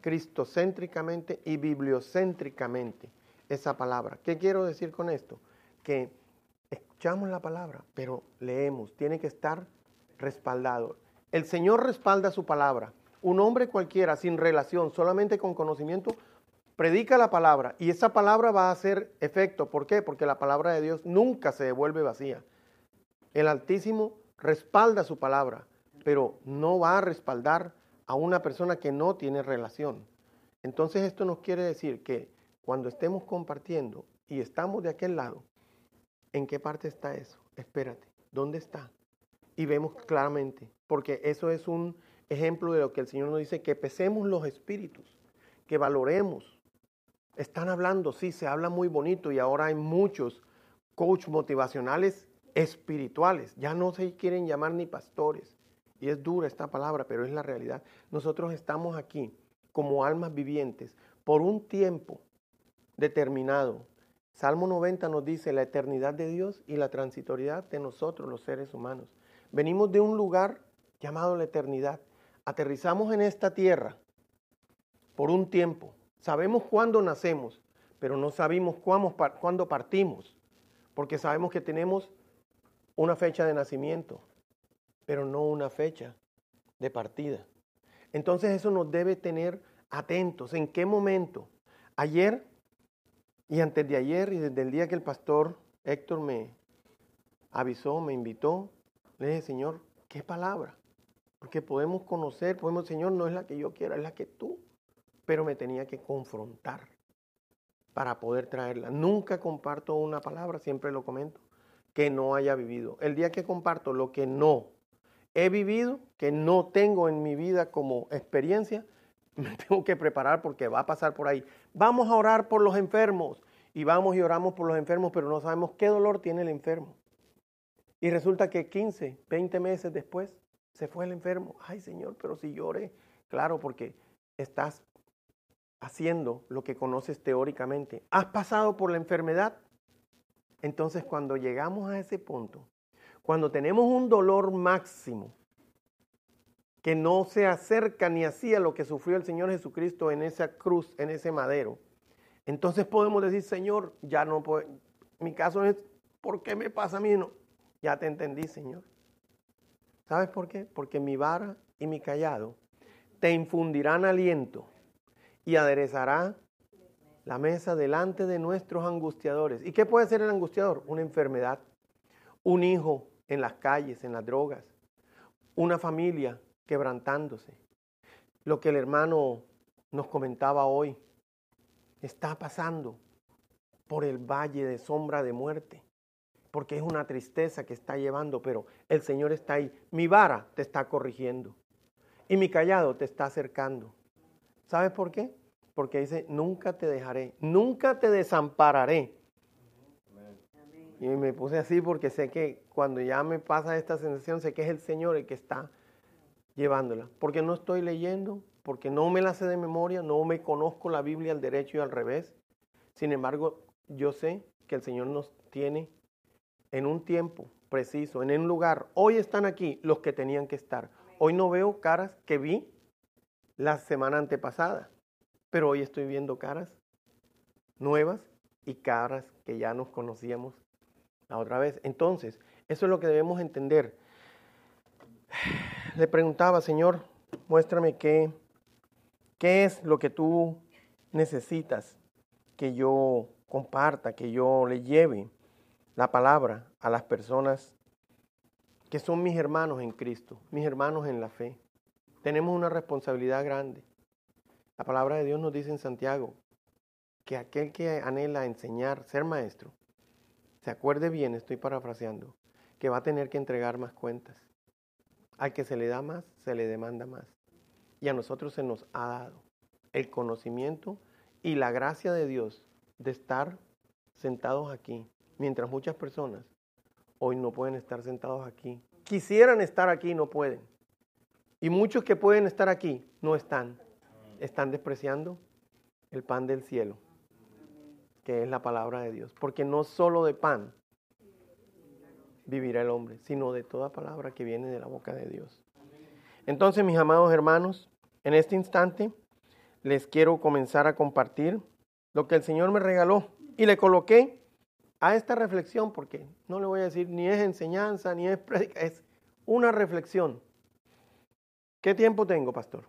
cristocéntricamente y bibliocéntricamente esa palabra. ¿Qué quiero decir con esto? Que escuchamos la palabra, pero leemos, tiene que estar respaldado. El Señor respalda su palabra. Un hombre cualquiera, sin relación, solamente con conocimiento, predica la palabra y esa palabra va a hacer efecto. ¿Por qué? Porque la palabra de Dios nunca se devuelve vacía. El Altísimo respalda su palabra, pero no va a respaldar a una persona que no tiene relación. Entonces esto nos quiere decir que cuando estemos compartiendo y estamos de aquel lado, ¿en qué parte está eso? Espérate, ¿dónde está? Y vemos claramente, porque eso es un ejemplo de lo que el Señor nos dice, que pesemos los espíritus, que valoremos. Están hablando, sí, se habla muy bonito y ahora hay muchos coach motivacionales espirituales. Ya no se quieren llamar ni pastores. Y es dura esta palabra, pero es la realidad. Nosotros estamos aquí como almas vivientes por un tiempo determinado. Salmo 90 nos dice la eternidad de Dios y la transitoriedad de nosotros, los seres humanos. Venimos de un lugar llamado la eternidad. Aterrizamos en esta tierra por un tiempo. Sabemos cuándo nacemos, pero no sabemos cuándo partimos, porque sabemos que tenemos una fecha de nacimiento, pero no una fecha de partida. Entonces eso nos debe tener atentos. ¿En qué momento? Ayer y antes de ayer y desde el día que el pastor Héctor me avisó, me invitó, le dije, Señor, ¿qué palabra? Porque podemos conocer, Señor, no es la que yo quiero, es la que tú. Pero me tenía que confrontar para poder traerla. Nunca comparto una palabra, siempre lo comento, que no haya vivido. El día que comparto lo que no he vivido, que no tengo en mi vida como experiencia, me tengo que preparar porque va a pasar por ahí. Vamos a orar por los enfermos. Y vamos y oramos por los enfermos, pero no sabemos qué dolor tiene el enfermo. Y resulta que 15, 20 meses después se fue el enfermo. Ay, Señor, pero si lloré. Claro, porque estás haciendo lo que conoces teóricamente. ¿Has pasado por la enfermedad? Entonces, cuando llegamos a ese punto, cuando tenemos un dolor máximo que no se acerca ni hacía lo que sufrió el Señor Jesucristo en esa cruz, en ese madero, entonces podemos decir, Señor, ya no puedo. Mi caso es, ¿por qué me pasa a mí? No, ya te entendí, Señor. ¿Sabes por qué? Porque mi vara y mi callado te infundirán aliento y aderezará la mesa delante de nuestros angustiadores. ¿Y qué puede ser el angustiador? Una enfermedad, un hijo en las calles, en las drogas, una familia quebrantándose. Lo que el hermano nos comentaba hoy, está pasando por el valle de sombra de muerte, porque es una tristeza que está llevando, pero el Señor está ahí. Mi vara te está corrigiendo y mi callado te está acercando. ¿Sabes por qué? Porque dice, nunca te dejaré, nunca te desampararé. Y me puse así porque sé que cuando ya me pasa esta sensación, sé que es el Señor el que está llevándola. Porque no estoy leyendo, porque no me la sé de memoria, no me conozco la Biblia al derecho y al revés. Sin embargo, yo sé que el Señor nos tiene en un tiempo preciso, en un lugar. Hoy están aquí los que tenían que estar. Hoy no veo caras que vi la semana antepasada, pero hoy estoy viendo caras nuevas y caras que ya nos conocíamos la otra vez. Entonces, eso es lo que debemos entender. Le preguntaba, Señor, muéstrame qué es lo que tú necesitas que yo comparta, que yo le lleve la palabra a las personas que son mis hermanos en Cristo, mis hermanos en la fe. Tenemos una responsabilidad grande. La palabra de Dios nos dice en Santiago que aquel que anhela enseñar, ser maestro, se acuerde bien, estoy parafraseando, que va a tener que entregar más cuentas. Al que se le da más, se le demanda más. Y a nosotros se nos ha dado el conocimiento y la gracia de Dios de estar sentados aquí, mientras muchas personas hoy no pueden estar sentados aquí. Quisieran estar aquí y no pueden. Y muchos que pueden estar aquí no están. Están despreciando el pan del cielo, que es la palabra de Dios. Porque no solo de pan vivirá el hombre, sino de toda palabra que viene de la boca de Dios. Entonces, mis amados hermanos, en este instante les quiero comenzar a compartir lo que el Señor me regaló y le coloqué a esta reflexión, porque no le voy a decir ni es enseñanza, ni es prédica, es una reflexión. ¿Qué tiempo tengo, pastor?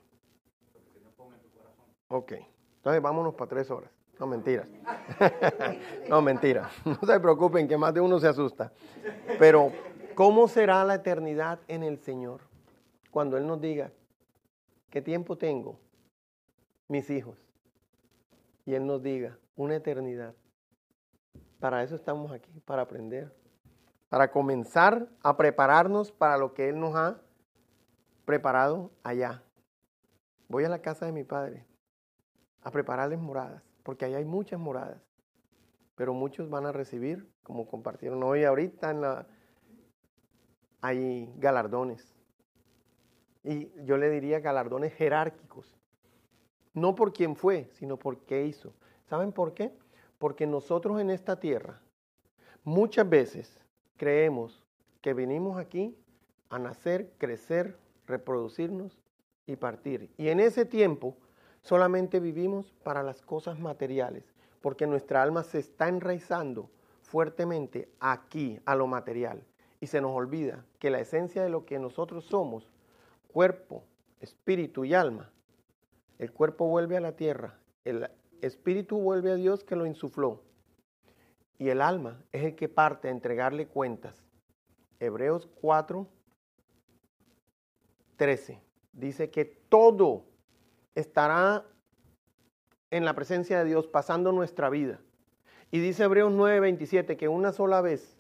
Ok, entonces vámonos para 3 horas. No, mentiras. No, mentira. No se preocupen que más de uno se asusta. Pero, ¿cómo será la eternidad en el Señor? Cuando Él nos diga, ¿qué tiempo tengo, mis hijos? Y Él nos diga, una eternidad. Para eso estamos aquí, para aprender. Para comenzar a prepararnos para lo que Él nos ha preparado allá. Voy a la casa de mi Padre a prepararles moradas, porque allá hay muchas moradas, pero muchos van a recibir, como compartieron hoy ahorita, hay galardones, y yo le diría galardones jerárquicos, no por quién fue, sino por qué hizo. ¿Saben por qué? Porque nosotros en esta tierra muchas veces creemos que venimos aquí a nacer, crecer, reproducirnos y partir, y en ese tiempo solamente vivimos para las cosas materiales, porque nuestra alma se está enraizando fuertemente aquí, a lo material, y se nos olvida que la esencia de lo que nosotros somos, cuerpo, espíritu y alma, el cuerpo vuelve a la tierra, el espíritu vuelve a Dios que lo insufló, y el alma es el que parte a entregarle cuentas. Hebreos 4:13 dice que todo estará en la presencia de Dios pasando nuestra vida. Y dice Hebreos 9:27 que una sola vez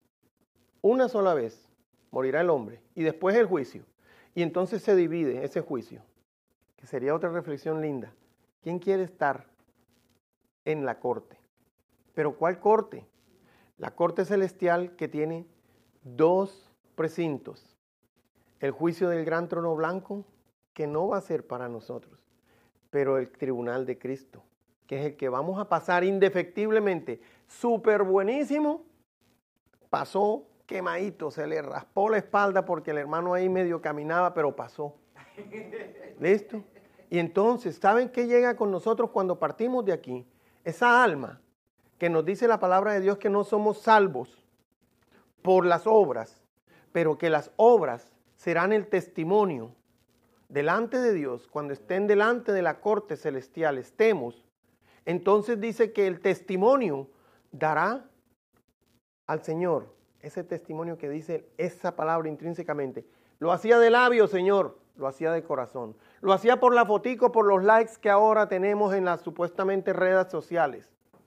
morirá el hombre y después el juicio. Y entonces se divide ese juicio, que sería otra reflexión linda. ¿Quién quiere estar en la corte? ¿Pero cuál corte? La corte celestial que tiene 2 precintos. El juicio del gran trono blanco, que no va a ser para nosotros, pero el tribunal de Cristo, que es el que vamos a pasar indefectiblemente, súper buenísimo, pasó quemadito, se le raspó la espalda porque el hermano ahí medio caminaba, pero pasó. ¿Listo? Y entonces, ¿saben qué llega con nosotros cuando partimos de aquí? Esa alma que nos dice la palabra de Dios que no somos salvos por las obras, pero que las obras serán el testimonio delante de Dios, cuando estén delante de la corte celestial, estemos, entonces dice que el testimonio dará al Señor, ese testimonio que dice esa palabra intrínsecamente. Lo hacía de labios, Señor, lo hacía de corazón. Lo hacía por la fotico, por los likes que ahora tenemos en las supuestamente redes sociales.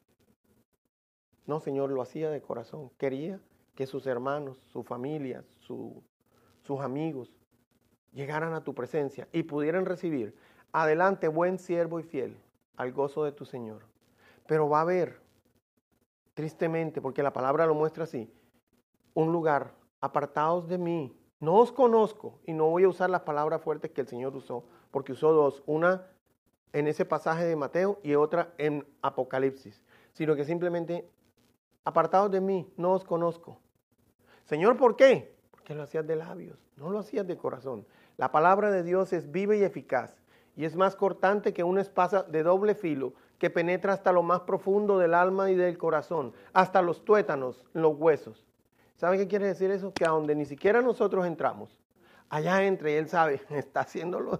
No, Señor, lo hacía de corazón. Quería que sus hermanos, su familia, sus amigos llegaran a tu presencia y pudieran recibir, adelante, buen siervo y fiel, al gozo de tu Señor. Pero va a haber, tristemente, porque la palabra lo muestra así, un lugar, apartados de mí, no os conozco, y no voy a usar las palabras fuertes que el Señor usó, porque usó 2, una en ese pasaje de Mateo y otra en Apocalipsis, sino que simplemente, apartados de mí, no os conozco. Señor, ¿por qué? Porque lo hacías de labios, no lo hacías de corazón. La palabra de Dios es viva y eficaz, y es más cortante que una espada de doble filo, que penetra hasta lo más profundo del alma y del corazón, hasta los tuétanos, los huesos. ¿Saben qué quiere decir eso? Que a donde ni siquiera nosotros entramos, allá entra y Él sabe, está haciéndolo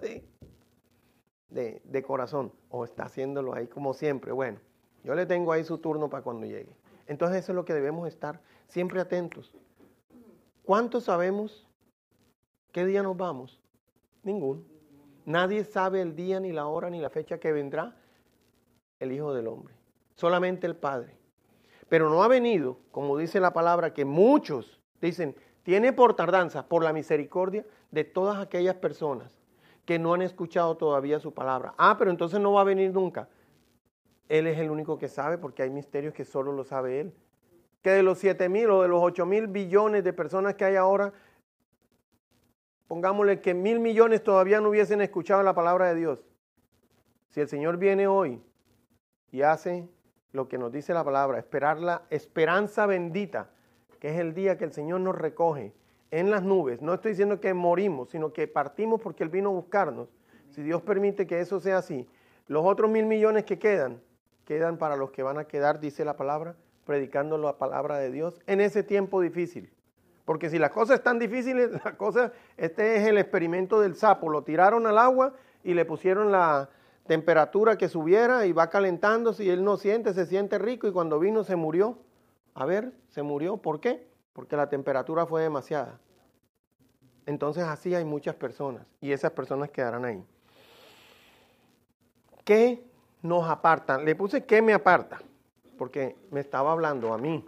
de corazón, o está haciéndolo ahí como siempre. Bueno, yo le tengo ahí su turno para cuando llegue. Entonces eso es lo que debemos estar siempre atentos. ¿Cuántos sabemos qué día nos vamos? Ninguno. Nadie sabe el día, ni la hora, ni la fecha que vendrá el Hijo del Hombre. Solamente el Padre. Pero no ha venido, como dice la palabra, que muchos dicen, tiene por tardanza, por la misericordia de todas aquellas personas que no han escuchado todavía su palabra. Ah, pero entonces no va a venir nunca. Él es el único que sabe, porque hay misterios que solo lo sabe Él. Que de los 7,000 o de los 8,000 billones de personas que hay ahora, pongámosle que 1,000 millones todavía no hubiesen escuchado la palabra de Dios. Si el Señor viene hoy y hace lo que nos dice la palabra, esperar la esperanza bendita, que es el día que el Señor nos recoge en las nubes. No estoy diciendo que morimos, sino que partimos porque Él vino a buscarnos. Si Dios permite que eso sea así, Los otros 1.000 millones que quedan para los que van a quedar, dice la palabra, predicando la palabra de Dios en ese tiempo difícil. Porque si las cosas están difíciles, este es el experimento del sapo. Lo tiraron al agua y le pusieron la temperatura que subiera y va calentándose y él no siente, se siente rico y cuando vino se murió. A ver, se murió. ¿Por qué? Porque la temperatura fue demasiada. Entonces así hay muchas personas y esas personas quedarán ahí. ¿Qué nos aparta? Le puse ¿qué me aparta? Porque me estaba hablando a mí.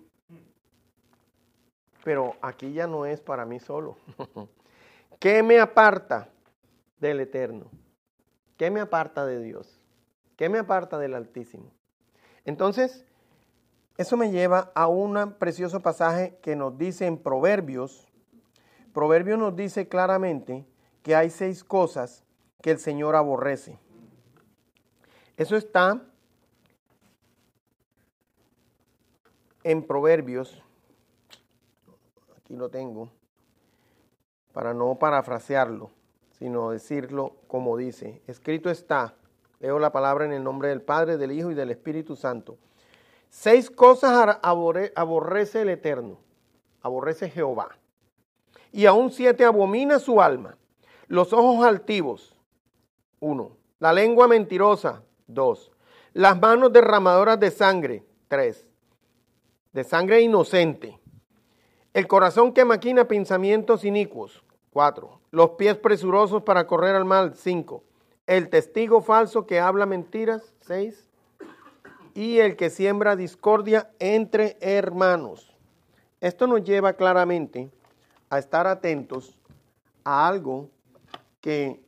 Pero aquí ya no es para mí solo. ¿Qué me aparta del Eterno? ¿Qué me aparta de Dios? ¿Qué me aparta del Altísimo? Entonces, eso me lleva a un precioso pasaje que nos dice en Proverbios. Proverbios nos dice claramente que hay 6 cosas que el Señor aborrece. Eso está en Proverbios. Aquí lo tengo, para no parafrasearlo, sino decirlo como dice. Escrito está, leo la palabra en el nombre del Padre, del Hijo y del Espíritu Santo. 6 cosas aborrece el Eterno, aborrece Jehová. Y aún 7 abomina su alma. Los ojos altivos, 1. La lengua mentirosa, 2. Las manos derramadoras de sangre, 3. De sangre inocente. El corazón que maquina pensamientos inicuos, 4. Los pies presurosos para correr al mal, 5. El testigo falso que habla mentiras, 6. Y el que siembra discordia entre hermanos. Esto nos lleva claramente a estar atentos a algo que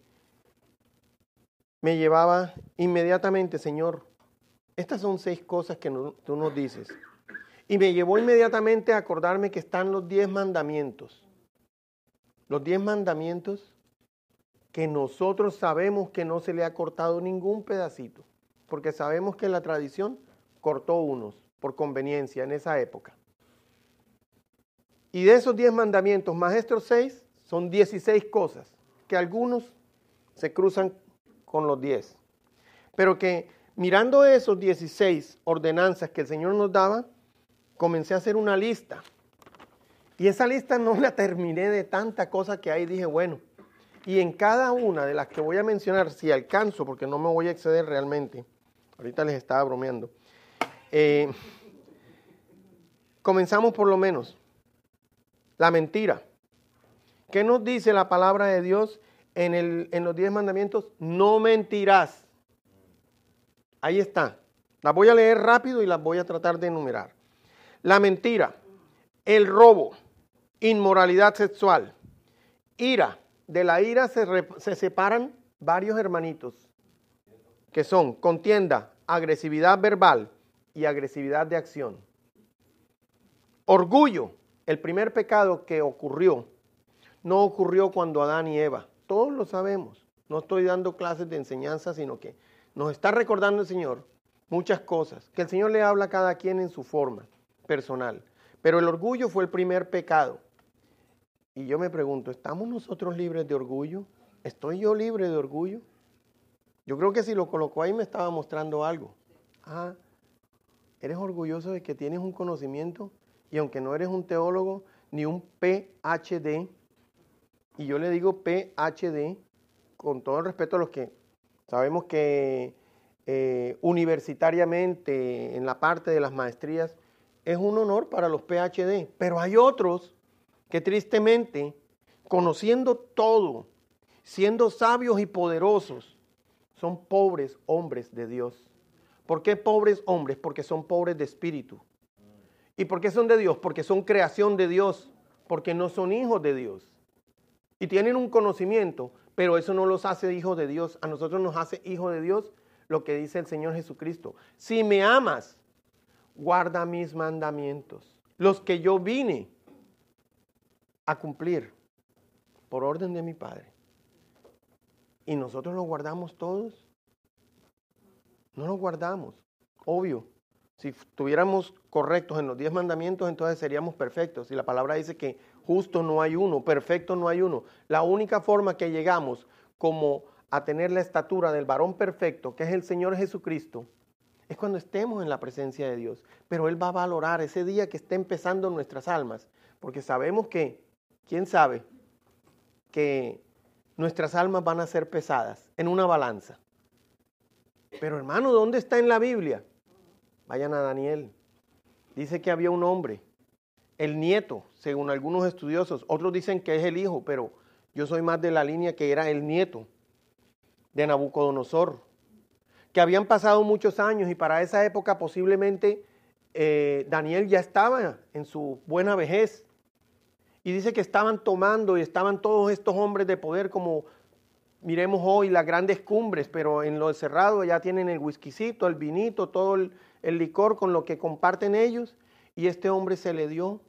me llevaba inmediatamente, Señor. Estas son 6 cosas que tú nos dices. Y me llevó inmediatamente a acordarme que están los 10 mandamientos. Los 10 mandamientos que nosotros sabemos que no se le ha cortado ningún pedacito. Porque sabemos que la tradición cortó unos por conveniencia en esa época. Y de esos 10 mandamientos más estos 6 son 16 cosas. Que algunos se cruzan con los 10. Pero que mirando esos 16 ordenanzas que el Señor nos daba, comencé a hacer una lista. Y esa lista no la terminé de tanta cosa que hay. Dije, bueno, y en cada una de las que voy a mencionar, si alcanzo, porque no me voy a exceder realmente, ahorita les estaba bromeando, comenzamos por lo menos. La mentira. ¿Qué nos dice la palabra de Dios en los 10 mandamientos? No mentirás. Ahí está. Las voy a leer rápido y las voy a tratar de enumerar. La mentira, el robo, inmoralidad sexual, ira. De la ira se separan varios hermanitos, que son contienda, agresividad verbal y agresividad de acción. Orgullo, el primer pecado que ocurrió, no ocurrió cuando Adán y Eva. Todos lo sabemos. No estoy dando clases de enseñanza, sino que nos está recordando el Señor muchas cosas, que el Señor le habla a cada quien en su forma personal. Pero el orgullo fue el primer pecado. Y yo me pregunto, ¿estamos nosotros libres de orgullo? ¿Estoy yo libre de orgullo? Yo creo que si lo colocó ahí me estaba mostrando algo. Ah, ¿eres orgulloso de que tienes un conocimiento? Y aunque no eres un teólogo ni un PhD, y yo le digo PhD, con todo el respeto a los que sabemos que universitariamente en la parte de las maestrías es un honor para los PhD, pero hay otros que tristemente, conociendo todo, siendo sabios y poderosos, son pobres hombres de Dios. ¿Por qué pobres hombres? Porque son pobres de espíritu. ¿Y por qué son de Dios? Porque son creación de Dios, porque no son hijos de Dios. Y tienen un conocimiento, pero eso no los hace hijos de Dios. A nosotros nos hace hijos de Dios lo que dice el Señor Jesucristo. Si me amas, guarda mis mandamientos, los que yo vine a cumplir por orden de mi Padre. ¿Y nosotros los guardamos todos? No los guardamos, obvio. Si estuviéramos correctos en los 10 mandamientos, entonces seríamos perfectos. Y la palabra dice que justo no hay uno, perfecto no hay uno. La única forma que llegamos como a tener la estatura del varón perfecto, que es el Señor Jesucristo, es cuando estemos en la presencia de Dios. Pero Él va a valorar ese día que esté empezando nuestras almas, porque sabemos que, ¿quién sabe? Que nuestras almas van a ser pesadas en una balanza. Pero hermano, ¿dónde está en la Biblia? Vayan a Daniel. Dice que había un hombre, el nieto, según algunos estudiosos. Otros dicen que es el hijo, pero yo soy más de la línea que era el nieto de Nabucodonosor. Que habían pasado muchos años y para esa época posiblemente Daniel ya estaba en su buena vejez. Y dice que estaban tomando y estaban todos estos hombres de poder como miremos hoy las grandes cumbres, pero en lo cerrado ya tienen el whiskycito, el vinito, todo el licor con lo que comparten ellos. Y este hombre se le dio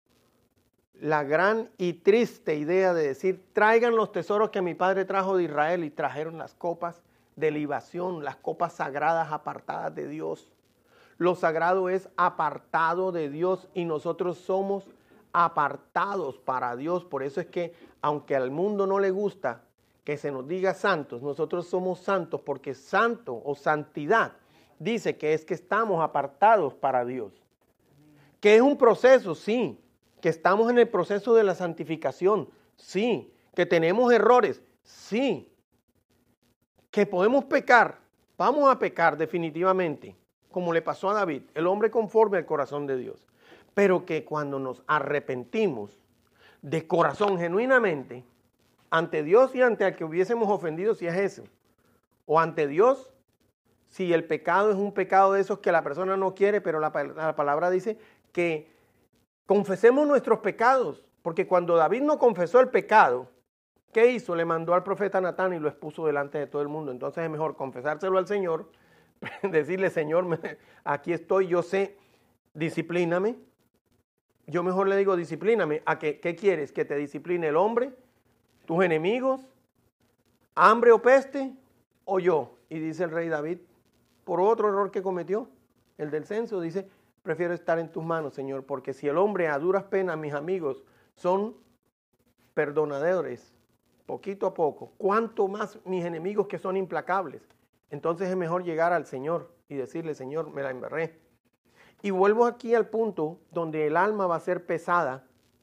la gran y triste idea de decir, traigan los tesoros que mi padre trajo de Israel, y trajeron las copas de libación, las copas sagradas apartadas de Dios. Lo sagrado es apartado de Dios y nosotros somos apartados para Dios. Por eso es que aunque al mundo no le gusta que se nos diga santos, nosotros somos santos porque santo o santidad dice que es que estamos apartados para Dios. Que es un proceso, sí. Que estamos en el proceso de la santificación, sí. Que tenemos errores, sí. Que podemos pecar, vamos a pecar definitivamente, como le pasó a David, el hombre conforme al corazón de Dios. Pero que cuando nos arrepentimos de corazón genuinamente, ante Dios y ante el que hubiésemos ofendido, si es eso, o ante Dios, si el pecado es un pecado de esos que la persona no quiere, pero la palabra dice que confesemos nuestros pecados, porque cuando David no confesó el pecado, ¿qué hizo? Le mandó al profeta Natán y lo expuso delante de todo el mundo. Entonces es mejor confesárselo al Señor, decirle, Señor, aquí estoy, yo sé, disciplíname. Yo mejor le digo, disciplíname. ¿A qué quieres? ¿Que te discipline el hombre? ¿Tus enemigos? ¿Hambre o peste? ¿O yo? Y dice el rey David, por otro error que cometió, el del censo, dice, prefiero estar en tus manos, Señor, porque si el hombre a duras penas, mis amigos, son perdonadores, poquito a poco, cuánto más mis enemigos que son implacables. Entonces es mejor llegar al Señor y decirle, Señor, me la embarré. Y vuelvo aquí al punto donde el alma va a ser pesada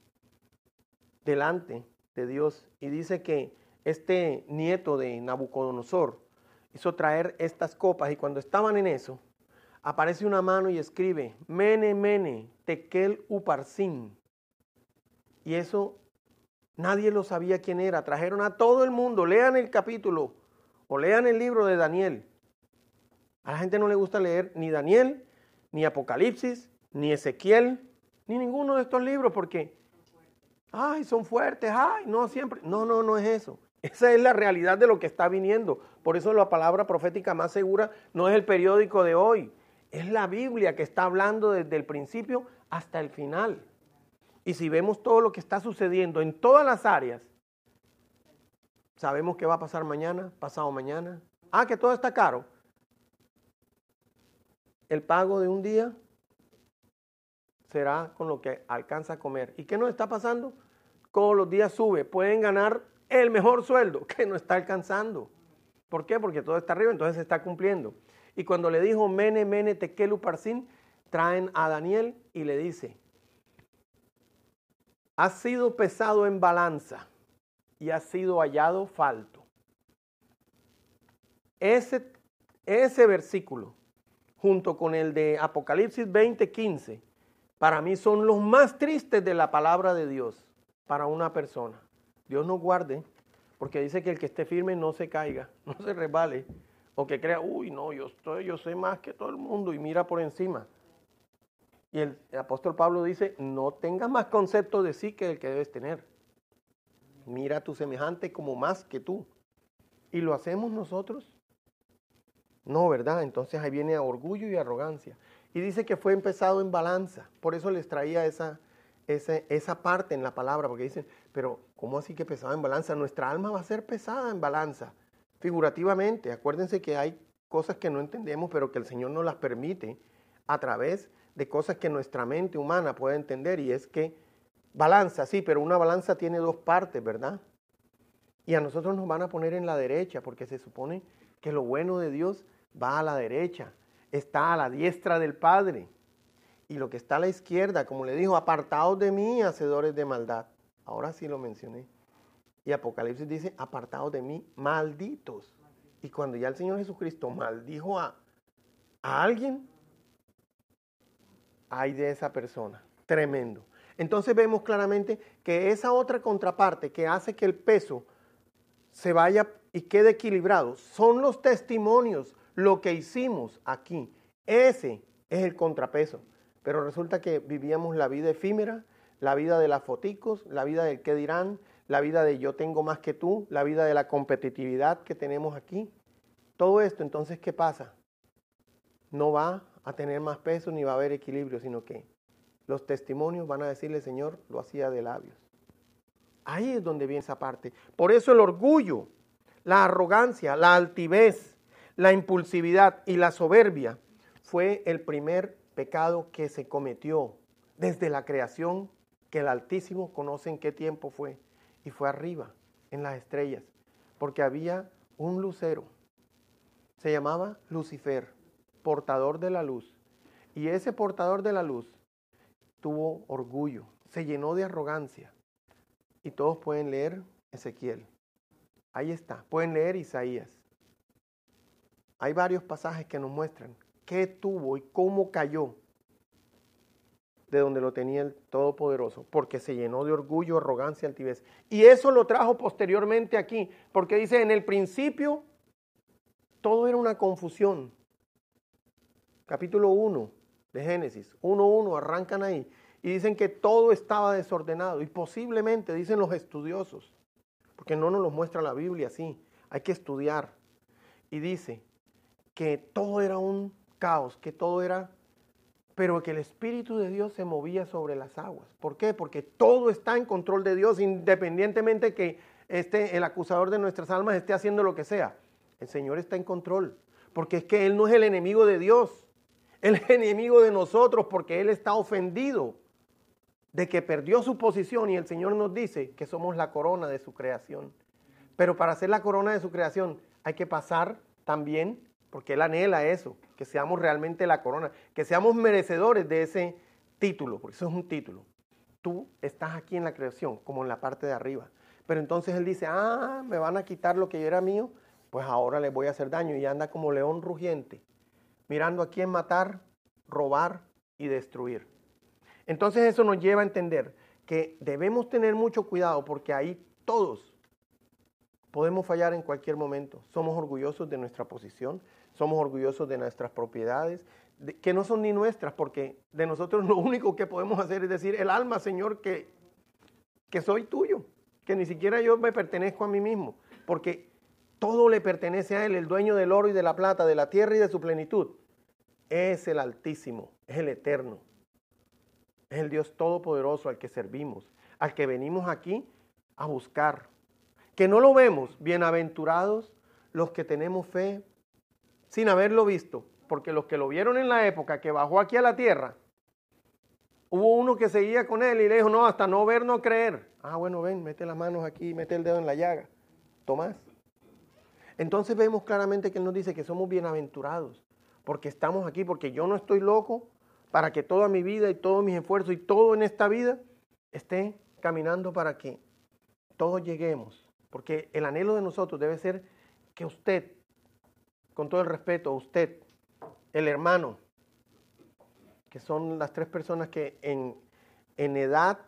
delante de Dios. Y dice que este nieto de Nabucodonosor hizo traer estas copas y cuando estaban en eso, aparece una mano y escribe, Mene, Mene, Tekel Uparsin. Y eso nadie lo sabía quién era. Trajeron a todo el mundo, lean el capítulo o lean el libro de Daniel. A la gente no le gusta leer ni Daniel, ni Apocalipsis, ni Ezequiel, ni ninguno de estos libros porque, ay, son fuertes, ay, no siempre. No es eso. Esa es la realidad de lo que está viniendo. Por eso la palabra profética más segura no es el periódico de hoy. Es la Biblia que está hablando desde el principio hasta el final. Y si vemos todo lo que está sucediendo en todas las áreas, sabemos qué va a pasar mañana, pasado mañana. Ah, que todo está caro. El pago de un día será con lo que alcanza a comer. ¿Y qué nos está pasando? Todos los días sube. Pueden ganar el mejor sueldo que no está alcanzando. ¿Por qué? Porque todo está arriba, entonces se está cumpliendo. Y cuando le dijo Mene, Mene, Tekel Uparsin, traen a Daniel y le dice, has sido pesado en balanza y has sido hallado falto. Ese versículo, junto con el de Apocalipsis 20:15, para mí son los más tristes de la palabra de Dios para una persona. Dios nos guarde, porque dice que el que esté firme no se caiga, no se resbale, o que crea, uy, no, yo sé más que todo el mundo y mira por encima. Y el apóstol Pablo dice, no tengas más concepto de sí que el que debes tener. Mira a tu semejante como más que tú. ¿Y lo hacemos nosotros? No, ¿verdad? Entonces ahí viene orgullo y arrogancia. Y dice que fue empezado en balanza. Por eso les traía esa parte en la palabra, porque dicen, pero ¿cómo así que pesado en balanza? Nuestra alma va a ser pesada en balanza, figurativamente. Acuérdense que hay cosas que no entendemos, pero que el Señor nos las permite a través de cosas que nuestra mente humana puede entender, y es que balanza, sí, pero una balanza tiene dos partes, ¿verdad? Y a nosotros nos van a poner en la derecha, porque se supone que lo bueno de Dios va a la derecha, está a la diestra del Padre. Y lo que está a la izquierda, como le dijo, apartaos de mí, hacedores de maldad. Ahora sí lo mencioné. Y Apocalipsis dice, apartaos de mí, malditos. Y cuando ya el Señor Jesucristo maldijo a alguien, ay de esa persona. Tremendo. Entonces vemos claramente que esa otra contraparte que hace que el peso se vaya y quede equilibrado son los testimonios, lo que hicimos aquí. Ese es el contrapeso. Pero resulta que vivíamos la vida efímera, la vida de las foticos, la vida del qué dirán, la vida de yo tengo más que tú, la vida de la competitividad que tenemos aquí. Todo esto, entonces, ¿qué pasa? No va a tener más peso ni va a haber equilibrio, sino que los testimonios van a decirle, Señor, lo hacía de labios. Ahí es donde viene esa parte. Por eso el orgullo, la arrogancia, la altivez, la impulsividad y la soberbia fue el primer pecado que se cometió desde la creación, que el Altísimo conoce en qué tiempo fue. Y fue arriba, en las estrellas, porque había un lucero. Se llamaba Lucifer, portador de la luz. Y ese portador de la luz tuvo orgullo, se llenó de arrogancia. Y todos pueden leer Ezequiel. Ahí está, pueden leer Isaías. Hay varios pasajes que nos muestran qué tuvo y cómo cayó de donde lo tenía el Todopoderoso, porque se llenó de orgullo, arrogancia, altivez. Y eso lo trajo posteriormente aquí, porque dice, en el principio todo era una confusión. Capítulo 1 de Génesis, 1:1, arrancan ahí, y dicen que todo estaba desordenado, y posiblemente, dicen los estudiosos, porque no nos lo muestra la Biblia así, hay que estudiar, y dice que todo era un caos, que todo era, pero que el Espíritu de Dios se movía sobre las aguas. ¿Por qué? Porque todo está en control de Dios, independientemente que el acusador de nuestras almas esté haciendo lo que sea. El Señor está en control, porque es que Él no es el enemigo de Dios, Él es el enemigo de nosotros, porque Él está ofendido de que perdió su posición, y el Señor nos dice que somos la corona de su creación. Pero para ser la corona de su creación hay que pasar también, porque Él anhela eso, que seamos realmente la corona, que seamos merecedores de ese título, porque eso es un título. Tú estás aquí en la creación, como en la parte de arriba. Pero entonces Él dice, me van a quitar lo que era mío, pues ahora les voy a hacer daño. Y anda como león rugiente, mirando a quién matar, robar y destruir. Entonces eso nos lleva a entender que debemos tener mucho cuidado, porque ahí todos podemos fallar en cualquier momento. Somos orgullosos de nuestra posición, somos orgullosos de nuestras propiedades, que no son ni nuestras, porque de nosotros lo único que podemos hacer es decir, el alma, Señor, que soy tuyo, que ni siquiera yo me pertenezco a mí mismo, porque todo le pertenece a Él, el dueño del oro y de la plata, de la tierra y de su plenitud. Es el Altísimo, es el Eterno, es el Dios Todopoderoso al que servimos, al que venimos aquí a buscar. Que no lo vemos, bienaventurados los que tenemos fe sin haberlo visto, porque los que lo vieron en la época que bajó aquí a la tierra, hubo uno que seguía con Él y le dijo, no, hasta no ver, no creer. Bueno, ven, mete las manos aquí, mete el dedo en la llaga, Tomás. Entonces vemos claramente que Él nos dice que somos bienaventurados, porque estamos aquí, porque yo no estoy loco para que toda mi vida y todos mis esfuerzos y todo en esta vida esté caminando para que todos lleguemos. Porque el anhelo de nosotros debe ser que usted, con todo el respeto, usted, el hermano, que son las tres personas que en edad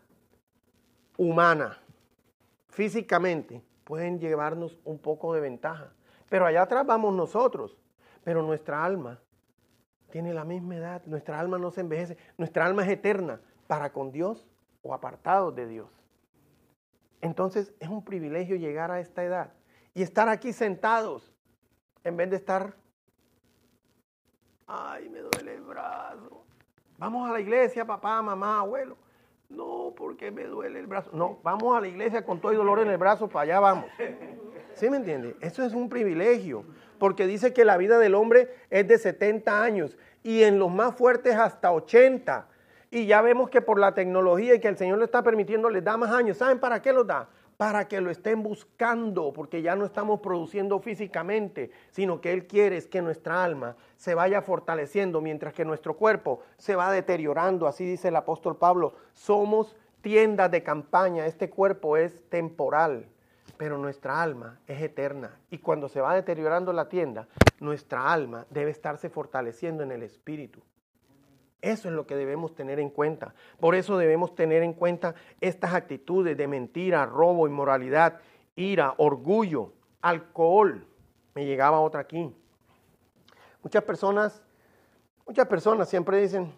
humana, físicamente, pueden llevarnos un poco de ventaja. Pero allá atrás vamos nosotros, pero nuestra alma tiene la misma edad, nuestra alma no se envejece, nuestra alma es eterna, para con Dios o apartados de Dios. Entonces es un privilegio llegar a esta edad y estar aquí sentados en vez de estar, me duele el brazo. Vamos a la iglesia, papá, mamá, abuelo. No, porque me duele el brazo. No, vamos a la iglesia con todo el dolor en el brazo, para allá vamos. ¿Sí me entiende? Eso es un privilegio, porque dice que la vida del hombre es de 70 años y en los más fuertes hasta 80. Y ya vemos que por la tecnología y que el Señor le está permitiendo, les da más años. ¿Saben para qué los da? para que lo estén buscando, porque ya no estamos produciendo físicamente, sino que Él quiere es que nuestra alma se vaya fortaleciendo mientras que nuestro cuerpo se va deteriorando. Así dice el apóstol Pablo, somos tiendas de campaña, este cuerpo es temporal, pero nuestra alma es eterna. Y cuando se va deteriorando la tienda, nuestra alma debe estarse fortaleciendo en el espíritu. Eso es lo que debemos tener en cuenta. Por eso debemos tener en cuenta estas actitudes de mentira, robo, inmoralidad, ira, orgullo, alcohol. Me llegaba otra aquí. Muchas personas siempre dicen,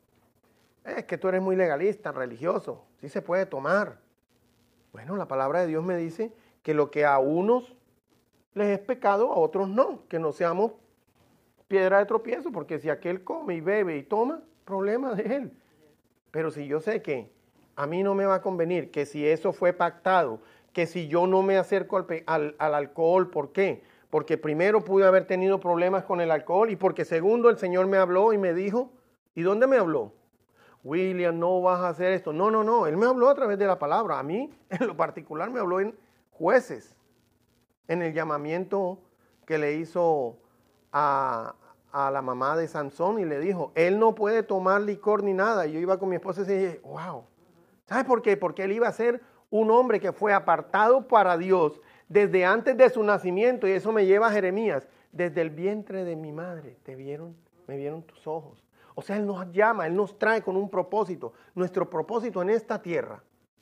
es que tú eres muy legalista, religioso, sí se puede tomar. Bueno, la palabra de Dios me dice que lo que a unos les es pecado, a otros no, que no seamos piedra de tropiezo, porque si aquel come y bebe y toma, problema de él. Pero si yo sé que a mí no me va a convenir, que si eso fue pactado, que si yo no me acerco al alcohol, ¿por qué? Porque primero pude haber tenido problemas con el alcohol y porque segundo el Señor me habló y me dijo, ¿y dónde me habló? William, no vas a hacer esto. No, Él me habló a través de la palabra. A mí, en lo particular, me habló en Jueces, en el llamamiento que le hizo a la mamá de Sansón y le dijo, él no puede tomar licor ni nada. Y yo iba con mi esposa y dije, wow. ¿Sabes por qué? Porque él iba a ser un hombre que fue apartado para Dios desde antes de su nacimiento. Y eso me lleva a Jeremías. Desde el vientre de mi madre me vieron tus ojos. O sea, Él nos llama, Él nos trae con un propósito. Nuestro propósito en esta tierra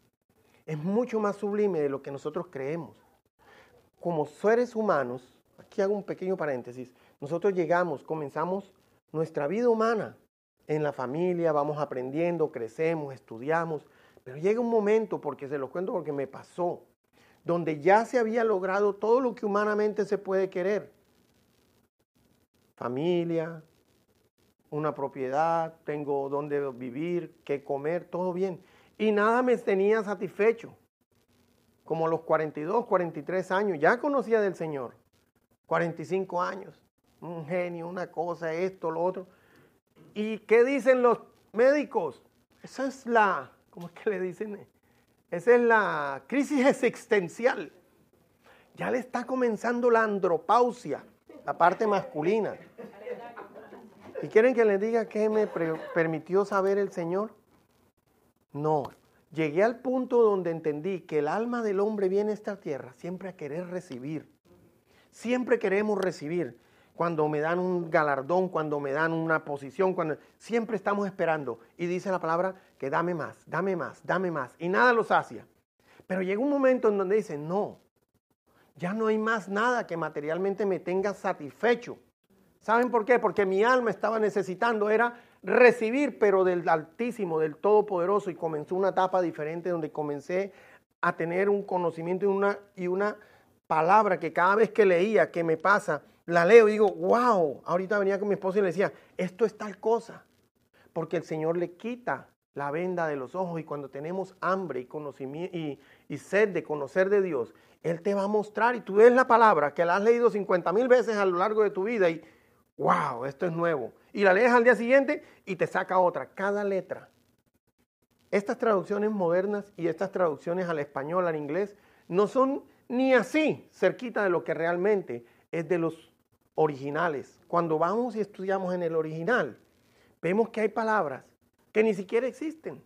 es mucho más sublime de lo que nosotros creemos. Como seres humanos, aquí hago un pequeño paréntesis, nosotros comenzamos nuestra vida humana en la familia, vamos aprendiendo, crecemos, estudiamos, pero llega un momento, porque se los cuento porque me pasó, donde ya se había logrado todo lo que humanamente se puede querer. Familia, una propiedad, tengo dónde vivir, qué comer, todo bien. Y nada me tenía satisfecho. Como a los 42, 43 años, ya conocía del Señor. 45 años, un genio, una cosa, esto, lo otro. ¿Y qué dicen los médicos? Esa es ¿cómo es que le dicen? Esa es la crisis existencial. Ya le está comenzando la andropausia, la parte masculina. ¿Y quieren que les diga qué me permitió saber el Señor? No. Llegué al punto donde entendí que el alma del hombre viene a esta tierra siempre a querer recibir. Siempre queremos recibir. Cuando me dan un galardón, cuando me dan una posición, siempre estamos esperando. Y dice la palabra que dame más, dame más, dame más. Y nada lo sacia. Pero llega un momento en donde dicen, no, ya no hay más nada que materialmente me tenga satisfecho. ¿Saben por qué? Porque mi alma estaba necesitando, era recibir, pero del Altísimo, del Todopoderoso. Y comenzó una etapa diferente donde comencé a tener un conocimiento y una palabra que cada vez que leía, que me pasa, la leo y digo, wow. Ahorita venía con mi esposa y le decía, esto es tal cosa. Porque el Señor le quita la venda de los ojos y cuando tenemos hambre y conocimiento y sed de conocer de Dios, Él te va a mostrar y tú ves la palabra que la has leído 50,000 veces a lo largo de tu vida y wow, esto es nuevo. Y la lees al día siguiente y te saca otra, cada letra. Estas traducciones modernas y estas traducciones al español, al inglés, no son ni así cerquita de lo que realmente es de los originales. Cuando vamos y estudiamos en el original, vemos que hay palabras que ni siquiera existen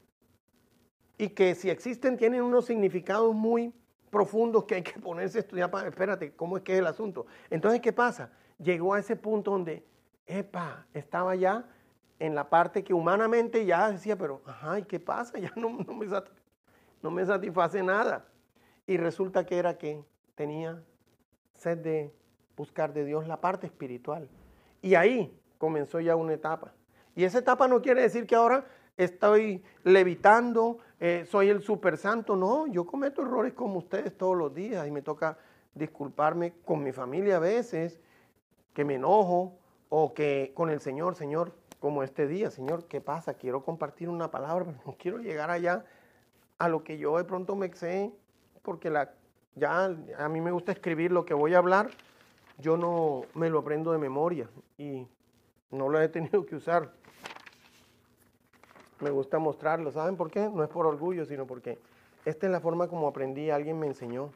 y que si existen tienen unos significados muy profundos que hay que ponerse a estudiar para, espérate, ¿cómo es que es el asunto? Entonces, ¿qué pasa? Llegó a ese punto donde, estaba ya en la parte que humanamente ya decía, pero, ¿y qué pasa? Ya no me satisface nada. Y resulta que era que tenía sed de buscar de Dios la parte espiritual. Y ahí comenzó ya una etapa. Y esa etapa no quiere decir que ahora estoy levitando, soy el super santo. No, yo cometo errores como ustedes todos los días y me toca disculparme con mi familia a veces, que me enojo o que con el Señor, como este día, Señor, ¿qué pasa? Quiero compartir una palabra, pero no quiero llegar allá a lo que yo de pronto me sé, porque ya a mí me gusta escribir lo que voy a hablar, yo no me lo aprendo de memoria y no lo he tenido que usar. Me gusta mostrarlo, ¿saben por qué? No es por orgullo, sino porque esta es la forma como aprendí, alguien me enseñó.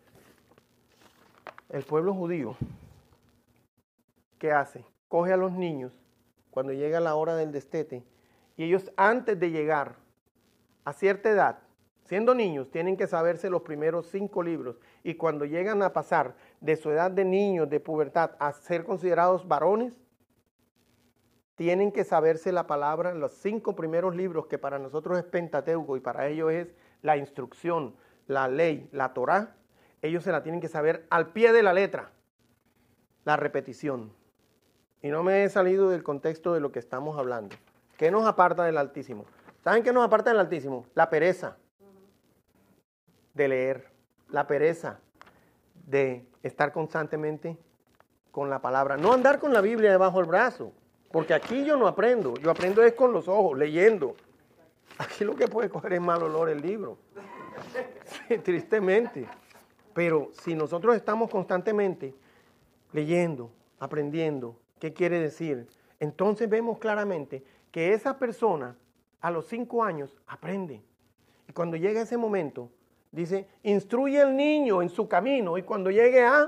El pueblo judío, ¿qué hace? Coge a los niños cuando llega la hora del destete y ellos antes de llegar a cierta edad, siendo niños, tienen que saberse los primeros 5 libros y cuando llegan a pasar de su edad de niños, de pubertad, a ser considerados varones, tienen que saberse la palabra, los 5 primeros libros que para nosotros es Pentateuco y para ellos es la instrucción, la ley, la Torá. Ellos se la tienen que saber al pie de la letra, la repetición. Y no me he salido del contexto de lo que estamos hablando. ¿Qué nos aparta del Altísimo? ¿Saben qué nos aparta del Altísimo? La pereza de leer, la pereza de estar constantemente con la palabra. No andar con la Biblia debajo del brazo, porque aquí yo no aprendo. Yo aprendo es con los ojos, leyendo. Aquí lo que puede coger es mal olor el libro. Sí, tristemente. Pero si nosotros estamos constantemente leyendo, aprendiendo, ¿qué quiere decir? Entonces vemos claramente que esa persona a los 5 años aprende. Y cuando llega ese momento, dice, instruye al niño en su camino y cuando llegue a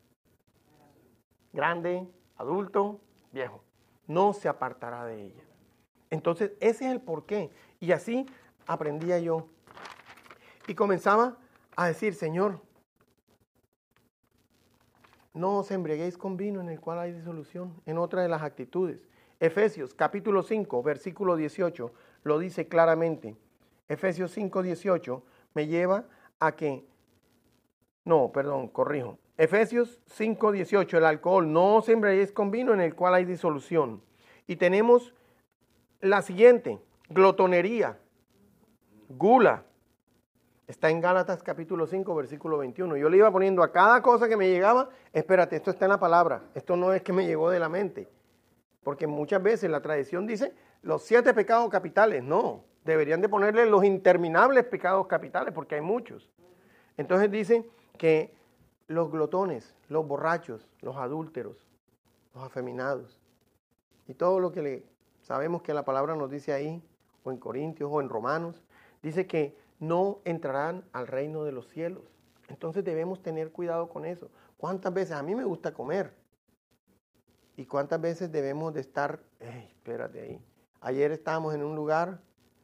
grande, adulto, viejo, no se apartará de ella. Entonces ese es el porqué. Y así aprendía yo. Y comenzaba a decir, Señor, no os embriaguéis con vino en el cual hay disolución, en otra de las actitudes. Efesios capítulo 5, versículo 18, lo dice claramente. Efesios 5, 18 me lleva a que, corrijo. Efesios 5, 18, el alcohol, no os embriaguéis con vino en el cual hay disolución. Y tenemos la siguiente, glotonería, gula. Está en Gálatas capítulo 5, versículo 21. Yo le iba poniendo a cada cosa que me llegaba, espérate, esto está en la palabra. Esto no es que me llegó de la mente. Porque muchas veces la tradición dice los 7 pecados capitales. No, deberían de ponerle los interminables pecados capitales porque hay muchos. Entonces dice que los glotones, los borrachos, los adúlteros, los afeminados y todo lo que sabemos que la palabra nos dice ahí, o en Corintios o en Romanos, dice que no entrarán al reino de los cielos. Entonces debemos tener cuidado con eso. ¿Cuántas veces? A mí me gusta comer. ¿Y cuántas veces debemos de estar? Espérate ahí. Ayer estábamos en un lugar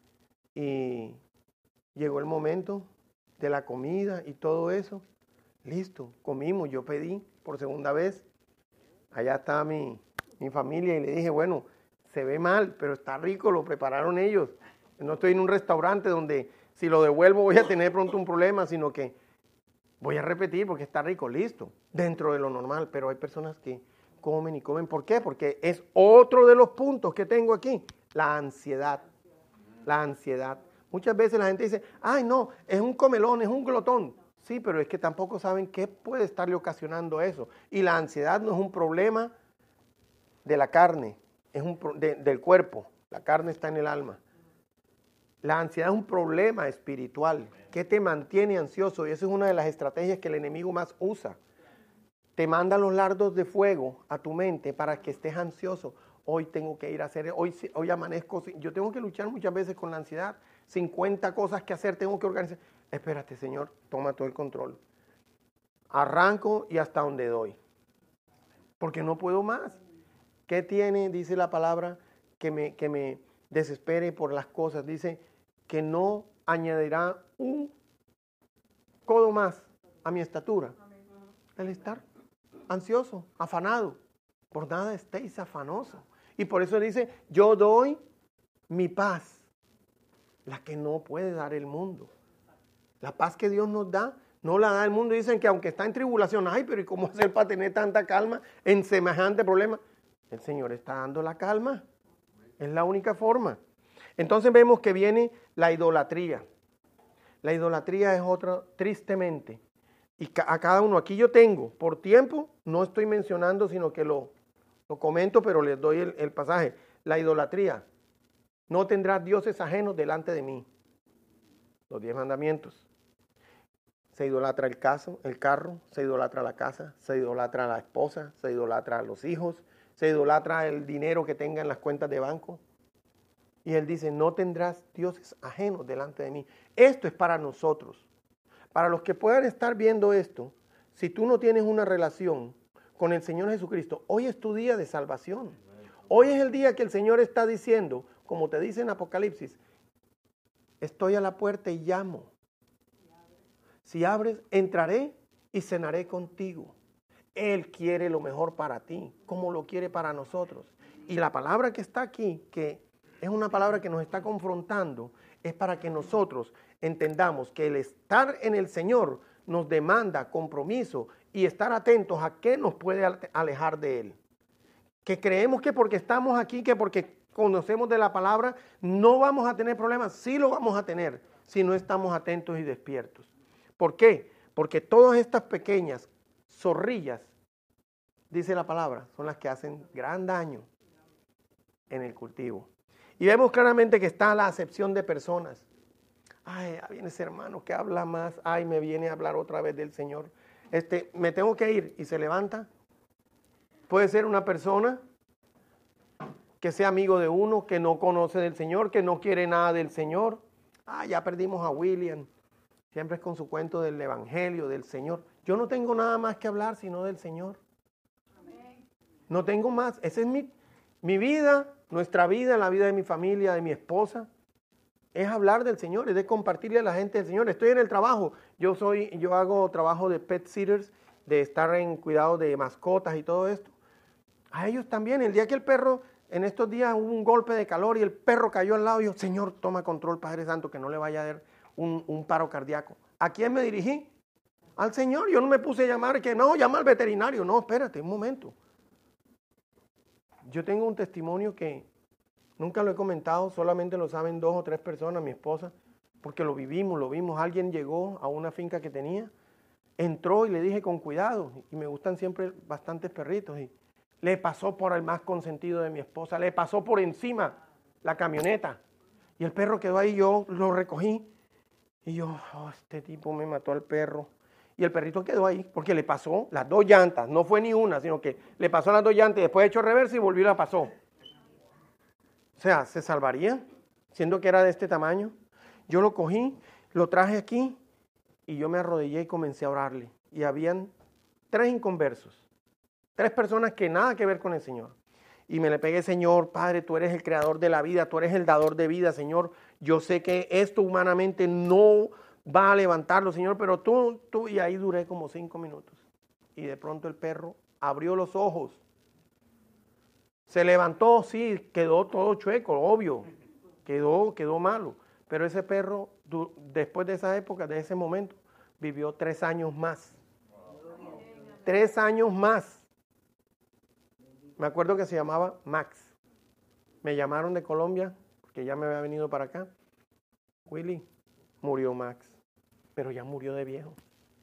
y llegó el momento de la comida y todo eso. Listo, comimos, yo pedí por segunda vez. Allá estaba mi familia y le dije, bueno, se ve mal, pero está rico, lo prepararon ellos. No estoy en un restaurante donde si lo devuelvo voy a tener pronto un problema, sino que voy a repetir porque está rico, listo, dentro de lo normal. Pero hay personas que comen y comen. ¿Por qué? Porque es otro de los puntos que tengo aquí, la ansiedad. La ansiedad. Muchas veces la gente dice, ay no, es un comelón, es un glotón. Sí, pero es que tampoco saben qué puede estarle ocasionando eso. Y la ansiedad no es un problema de la carne, es del cuerpo. La carne está en el alma. La ansiedad es un problema espiritual que te mantiene ansioso y esa es una de las estrategias que el enemigo más usa. Te manda los dardos de fuego a tu mente para que estés ansioso. Hoy tengo que ir a hacer, hoy amanezco, yo tengo que luchar muchas veces con la ansiedad. 50 cosas que hacer, tengo que organizar. Espérate, Señor, toma todo el control. Arranco y hasta donde doy. Porque no puedo más. ¿Qué tiene, dice la palabra, que me desespere por las cosas? Dice que no añadirá un codo más a mi estatura. El estar ansioso, afanado. Por nada estéis afanosos. Y por eso dice, yo doy mi paz, la que no puede dar el mundo. La paz que Dios nos da, no la da el mundo. Dicen que aunque está en tribulación, ay, pero ¿y cómo hacer para tener tanta calma en semejante problema? El Señor está dando la calma. Es la única forma. Entonces vemos que viene la idolatría. La idolatría es otra, tristemente. Y a cada uno, aquí yo tengo, por tiempo, no estoy mencionando, sino que lo comento, pero les doy el pasaje. La idolatría. No tendrás dioses ajenos delante de mí. Los 10 mandamientos. Se idolatra el carro, se idolatra la casa, se idolatra la esposa, se idolatra a los hijos, se idolatra el dinero que tenga en las cuentas de banco. Y Él dice, no tendrás dioses ajenos delante de mí. Esto es para nosotros. Para los que puedan estar viendo esto, si tú no tienes una relación con el Señor Jesucristo, hoy es tu día de salvación. Hoy es el día que el Señor está diciendo, como te dice en Apocalipsis, estoy a la puerta y llamo. Si abres, entraré y cenaré contigo. Él quiere lo mejor para ti, como lo quiere para nosotros. Y la palabra que está aquí, que es una palabra que nos está confrontando, es para que nosotros entendamos que el estar en el Señor nos demanda compromiso y estar atentos a qué nos puede alejar de Él. Que creemos que porque estamos aquí, que porque conocemos de la palabra, no vamos a tener problemas. Sí lo vamos a tener si no estamos atentos y despiertos. ¿Por qué? Porque todas estas pequeñas zorrillas, dice la palabra, son las que hacen gran daño en el cultivo. Y vemos claramente que está la acepción de personas. Ay, viene ese hermano que habla más. Ay, me viene a hablar otra vez del Señor. Me tengo que ir. Y se levanta. Puede ser una persona que sea amigo de uno, que no conoce del Señor, que no quiere nada del Señor. Ah, ya perdimos a William. Siempre es con su cuento del Evangelio, del Señor. Yo no tengo nada más que hablar sino del Señor. No tengo más. Esa es mi vida, nuestra vida, la vida de mi familia, de mi esposa. Es hablar del Señor, es de compartirle a la gente del Señor. Estoy en el trabajo. Yo hago trabajo de pet sitters, de estar en cuidado de mascotas y todo esto. A ellos también. El día que el perro, en estos días hubo un golpe de calor y el perro cayó al lado, yo, Señor, toma control, Padre Santo, que no le vaya a dar un paro cardíaco. ¿A quién me dirigí? Al Señor. Yo no me puse a llamar, que no, llama al veterinario. No, espérate un momento. Yo tengo un testimonio que nunca lo he comentado, solamente lo saben 2 o 3 personas, mi esposa, porque lo vimos. Alguien llegó a una finca que tenía, entró y le dije con cuidado, y me gustan siempre bastantes perritos, y le pasó por el más consentido de mi esposa, le pasó por encima la camioneta, y el perro quedó ahí, yo lo recogí, y yo, este tipo me mató al perro. Y el perrito quedó ahí porque le pasó las 2 llantas, no fue ni una, sino que le pasó las 2 llantas y después echó reversa y volvió y la pasó. O sea, ¿se salvaría siendo que era de este tamaño? Yo lo cogí, lo traje aquí y yo me arrodillé y comencé a orarle. Y habían 3 inconversos, 3 personas que nada que ver con el Señor. Y me le pegué, Señor, Padre, tú eres el creador de la vida, tú eres el dador de vida, Señor. Yo sé que esto humanamente no va a levantarlo, Señor, pero tú, y ahí duré como 5 minutos. Y de pronto el perro abrió los ojos. Se levantó, sí, quedó todo chueco, obvio, quedó malo. Pero ese perro, después de esa época, de ese momento, vivió 3 años más. 3 años más. Me acuerdo que se llamaba Max. Me llamaron de Colombia, porque ya me había venido para acá. Willy, murió Max, pero ya murió de viejo.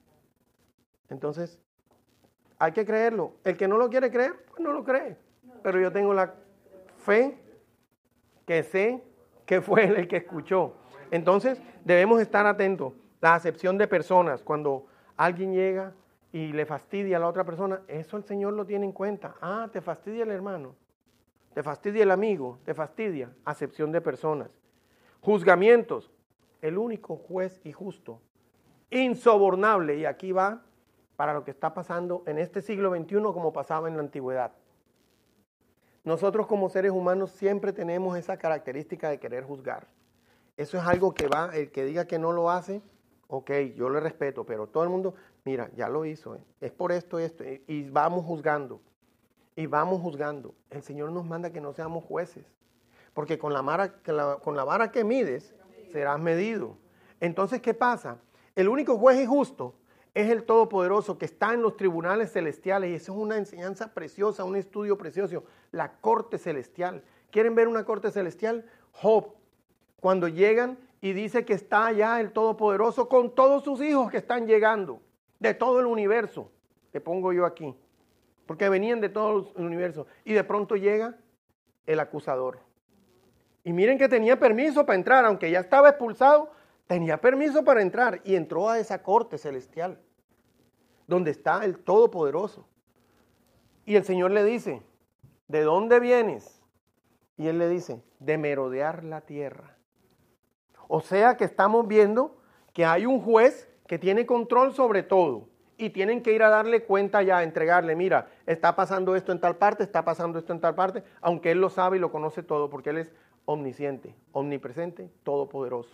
Entonces, hay que creerlo. El que no lo quiere creer, pues no lo cree. Pero yo tengo la fe que sé que fue él el que escuchó. Entonces, debemos estar atentos. La acepción de personas, cuando alguien llega y le fastidia a la otra persona, eso el Señor lo tiene en cuenta. Ah, te fastidia el hermano, te fastidia el amigo, te fastidia. Acepción de personas. Juzgamientos. El único juez y justo, insobornable, y aquí va para lo que está pasando en este siglo XXI como pasaba en la antigüedad. Nosotros como seres humanos siempre tenemos esa característica de querer juzgar. Eso es algo que va, el que diga que no lo hace, ok, yo le respeto, pero todo el mundo, mira, ya lo hizo, es por esto, y vamos juzgando, y vamos juzgando. El Señor nos manda que no seamos jueces, porque con la vara que mides, serás medido. Entonces, ¿qué pasa? El único juez y justo es el Todopoderoso que está en los tribunales celestiales, y eso es una enseñanza preciosa, un estudio precioso, la corte celestial. ¿Quieren ver una corte celestial? Job, cuando llegan y dice que está allá el Todopoderoso con todos sus hijos que están llegando, de todo el universo, te pongo yo aquí, porque venían de todo el universo, y de pronto llega el acusador. Y miren que tenía permiso para entrar, aunque ya estaba expulsado, tenía permiso para entrar y entró a esa corte celestial, donde está el Todopoderoso. Y el Señor le dice, ¿de dónde vienes? Y él le dice, de merodear la tierra. O sea que estamos viendo que hay un juez que tiene control sobre todo. Y tienen que ir a darle cuenta ya, a entregarle, mira, está pasando esto en tal parte, está pasando esto en tal parte, aunque él lo sabe y lo conoce todo, porque él es omnisciente, omnipresente, todopoderoso.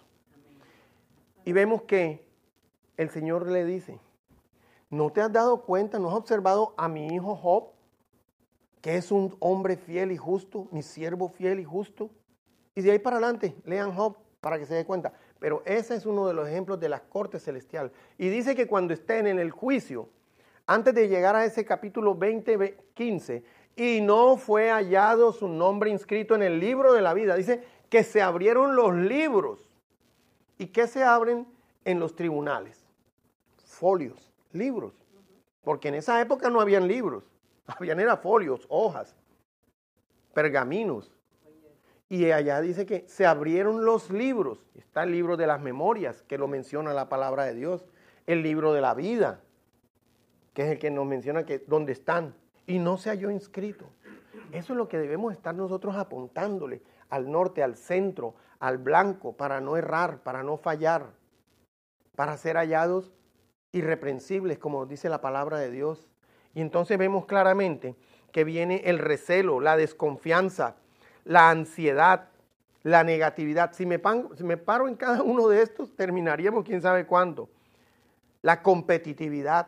Y vemos que el Señor le dice, ¿no te has dado cuenta, no has observado a mi hijo Job, que es un hombre fiel y justo, mi siervo fiel y justo? Y de ahí para adelante, lean Job para que se dé cuenta. Pero ese es uno de los ejemplos de la corte celestial. Y dice que cuando estén en el juicio, antes de llegar a ese capítulo 20, 15, y no fue hallado su nombre inscrito en el libro de la vida, dice que se abrieron los libros. ¿Y qué se abren en los tribunales? Folios, libros. Porque en esa época no habían libros, habían era folios, hojas, pergaminos. Y allá dice que se abrieron los libros. Está el libro de las memorias, que lo menciona la palabra de Dios. El libro de la vida, que es el que nos menciona que dónde están. Y no se halló inscrito. Eso es lo que debemos estar nosotros apuntándole al norte, al centro, al blanco, para no errar, para no fallar, para ser hallados irreprensibles, como dice la palabra de Dios. Y entonces vemos claramente que viene el recelo, la desconfianza, la ansiedad, la negatividad. Si me paro en cada uno de estos, terminaríamos quién sabe cuánto. La competitividad,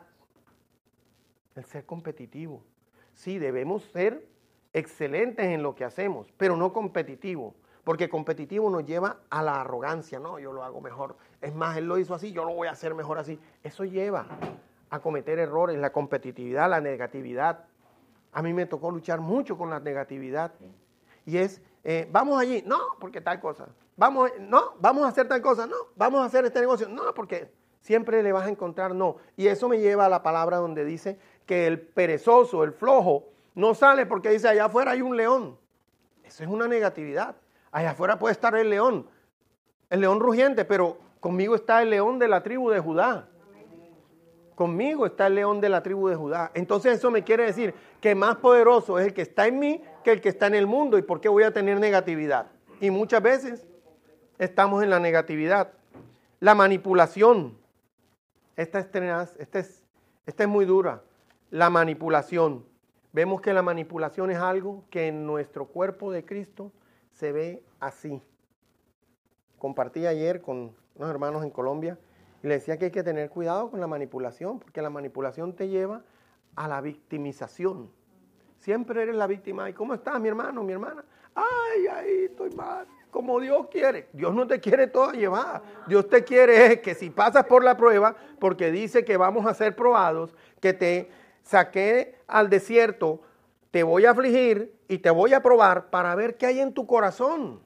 el ser competitivo. Sí, debemos ser excelentes en lo que hacemos, pero no competitivos, porque competitivo nos lleva a la arrogancia. No, yo lo hago mejor. Es más, él lo hizo así, yo lo voy a hacer mejor así. Eso lleva a cometer errores, la competitividad, la negatividad. A mí me tocó luchar mucho con la negatividad. Y es, vamos allí, no, porque tal cosa. Vamos a hacer tal cosa, no, vamos a hacer este negocio, no, porque siempre le vas a encontrar no. Y eso me lleva a la palabra donde dice que el perezoso, el flojo, no sale porque dice allá afuera hay un león. Eso es una negatividad. Allá afuera puede estar el león rugiente, pero conmigo está el león de la tribu de Judá. Conmigo está el león de la tribu de Judá. Entonces eso me quiere decir que más poderoso es el que está en mí que el que está en el mundo. ¿Y por qué voy a tener negatividad? Y muchas veces estamos en la negatividad. La manipulación. Esta es tenaz, esta es muy dura. La manipulación. Vemos que la manipulación es algo que en nuestro cuerpo de Cristo se ve así. Compartí ayer con unos hermanos en Colombia y le decía que hay que tener cuidado con la manipulación, porque la manipulación te lleva a la victimización. Siempre eres la víctima. ¿Y cómo estás, mi hermano, mi hermana? Ay, ahí estoy mal. Como Dios quiere. Dios no te quiere toda llevada. Dios te quiere que si pasas por la prueba, porque dice que vamos a ser probados, que te saqué al desierto, te voy a afligir y te voy a probar para ver qué hay en tu corazón.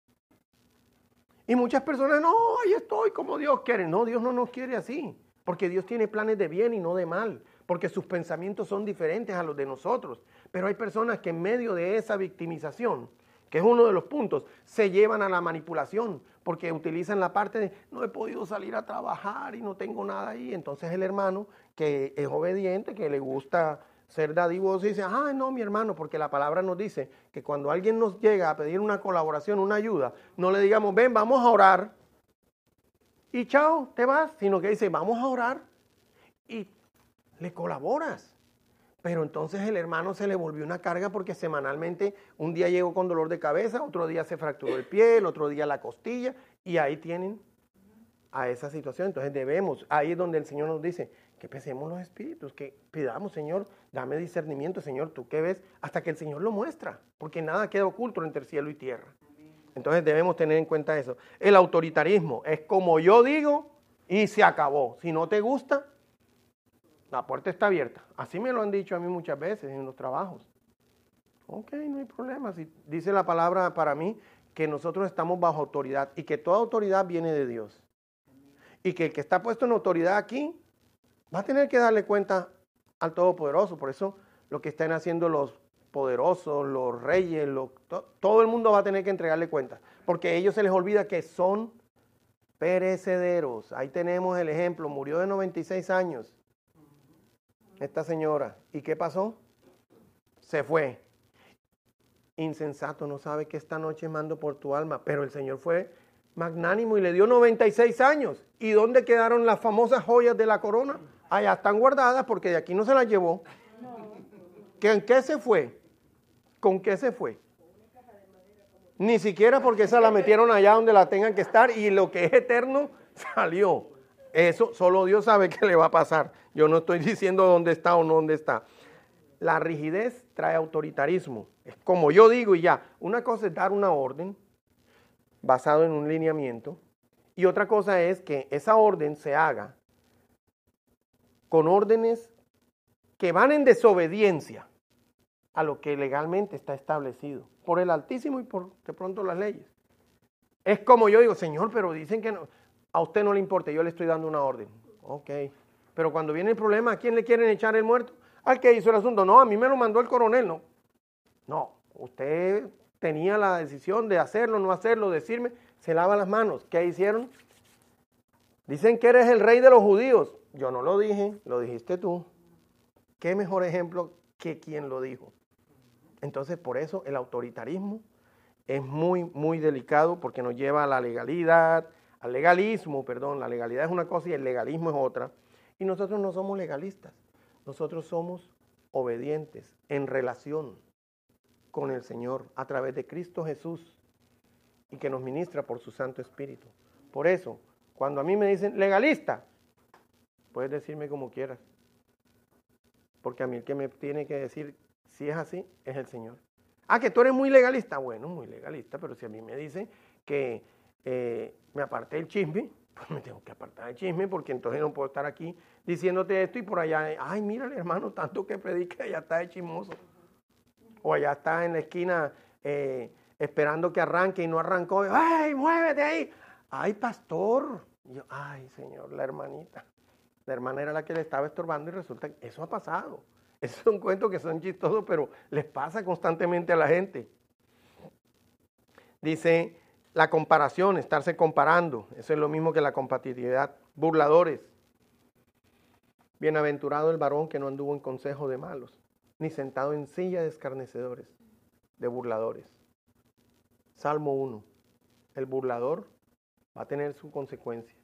Y muchas personas, no, ahí estoy como Dios quiere. No, Dios no nos quiere así, porque Dios tiene planes de bien y no de mal, porque sus pensamientos son diferentes a los de nosotros. Pero hay personas que en medio de esa victimización, que es uno de los puntos, se llevan a la manipulación, porque utilizan la parte de, no he podido salir a trabajar y no tengo nada ahí. Entonces el hermano que es obediente, que le gusta ser dadivoso, y dice, no, mi hermano, porque la palabra nos dice que cuando alguien nos llega a pedir una colaboración, una ayuda, no le digamos, ven, vamos a orar, y chao, te vas, sino que dice, vamos a orar, y le colaboras. Pero entonces el hermano se le volvió una carga porque semanalmente un día llegó con dolor de cabeza, otro día se fracturó el pie, el otro día la costilla, y ahí tienen a esa situación. Entonces ahí es donde el Señor nos dice, que pensemos los espíritus, que pidamos, Señor, dame discernimiento, Señor, ¿tú qué ves? Hasta que el Señor lo muestra, porque nada queda oculto entre cielo y tierra. Entonces debemos tener en cuenta eso. El autoritarismo es como yo digo y se acabó. Si no te gusta, la puerta está abierta. Así me lo han dicho a mí muchas veces en los trabajos. Ok, no hay problema. Si dice la palabra para mí que nosotros estamos bajo autoridad y que toda autoridad viene de Dios. Y que el que está puesto en autoridad aquí va a tener que darle cuenta al Todopoderoso. Por eso lo que están haciendo los poderosos, los reyes, todo el mundo va a tener que entregarle cuenta. Porque a ellos se les olvida que son perecederos. Ahí tenemos el ejemplo. Murió de 96 años esta señora. ¿Y qué pasó? Se fue. insensato, no sabe que esta noche mando por tu alma. Pero el Señor fue magnánimo y le dio 96 años. ¿Y dónde quedaron las famosas joyas de la corona? Allá están guardadas porque de aquí no se las llevó. ¿En qué se fue? ¿Con qué se fue? Ni siquiera porque esa la metieron allá donde la tengan que estar y lo que es eterno salió. Eso solo Dios sabe qué le va a pasar. Yo no estoy diciendo dónde está o no dónde está. La rigidez trae autoritarismo. Es como yo digo y ya. Una cosa es dar una orden basado en un lineamiento y otra cosa es que esa orden se haga con órdenes que van en desobediencia a lo que legalmente está establecido por el Altísimo y por de pronto las leyes. Es como yo digo, Señor, pero dicen que no, a usted no le importa, yo le estoy dando una orden. Ok, pero cuando viene el problema, ¿a quién le quieren echar el muerto? Al que hizo el asunto. No, a mí me lo mandó el coronel, no. No, usted tenía la decisión de hacerlo, no hacerlo, decirme, se lava las manos. ¿Qué hicieron? Dicen que eres el rey de los judíos. Yo no lo dije, lo dijiste tú. ¿Qué mejor ejemplo que quien lo dijo? Entonces, por eso el autoritarismo es muy, muy delicado porque nos lleva a la legalidad, al legalismo, perdón. La legalidad es una cosa y el legalismo es otra. Y nosotros no somos legalistas. Nosotros somos obedientes en relación con el Señor a través de Cristo Jesús y que nos ministra por su Santo Espíritu. Por eso, cuando a mí me dicen legalista, puedes decirme como quieras. Porque a mí el que me tiene que decir si es así es el Señor. Ah, que tú eres muy legalista. Bueno, muy legalista, pero si a mí me dicen que me aparté el chisme, pues me tengo que apartar el chisme porque entonces no puedo estar aquí diciéndote esto y por allá, ay, mírale hermano, tanto que predica, allá está de chismoso. O allá está en la esquina esperando que arranque y no arrancó. ¡Ay, muévete ahí! ¡Ay, pastor! Y yo, ay, Señor, la hermanita. La hermana era la que le estaba estorbando y resulta que eso ha pasado. Esos son cuentos que son chistosos, pero les pasa constantemente a la gente. Dice, la comparación, estarse comparando. Eso es lo mismo que la compatibilidad. Burladores. Bienaventurado el varón que no anduvo en consejo de malos, ni sentado en silla de escarnecedores, de burladores. Salmo 1. El burlador va a tener su consecuencia.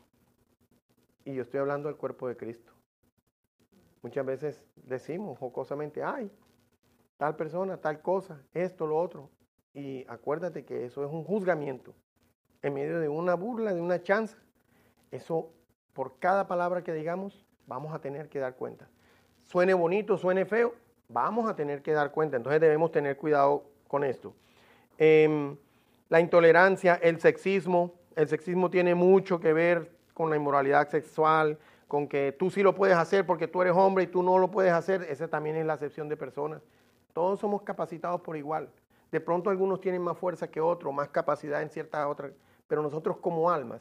Y yo estoy hablando del cuerpo de Cristo. Muchas veces decimos jocosamente, ay, tal persona, tal cosa, esto, lo otro. Y acuérdate que eso es un juzgamiento. En medio de una burla, de una chanza, eso, por cada palabra que digamos, vamos a tener que dar cuenta. Suene bonito, suene feo, vamos a tener que dar cuenta. Entonces debemos tener cuidado con esto. La intolerancia, el sexismo tiene mucho que ver con la inmoralidad sexual, con que tú sí lo puedes hacer porque tú eres hombre y tú no lo puedes hacer. Esa también es la acepción de personas. Todos somos capacitados por igual. De pronto algunos tienen más fuerza que otros, más capacidad en ciertas otras, pero nosotros como almas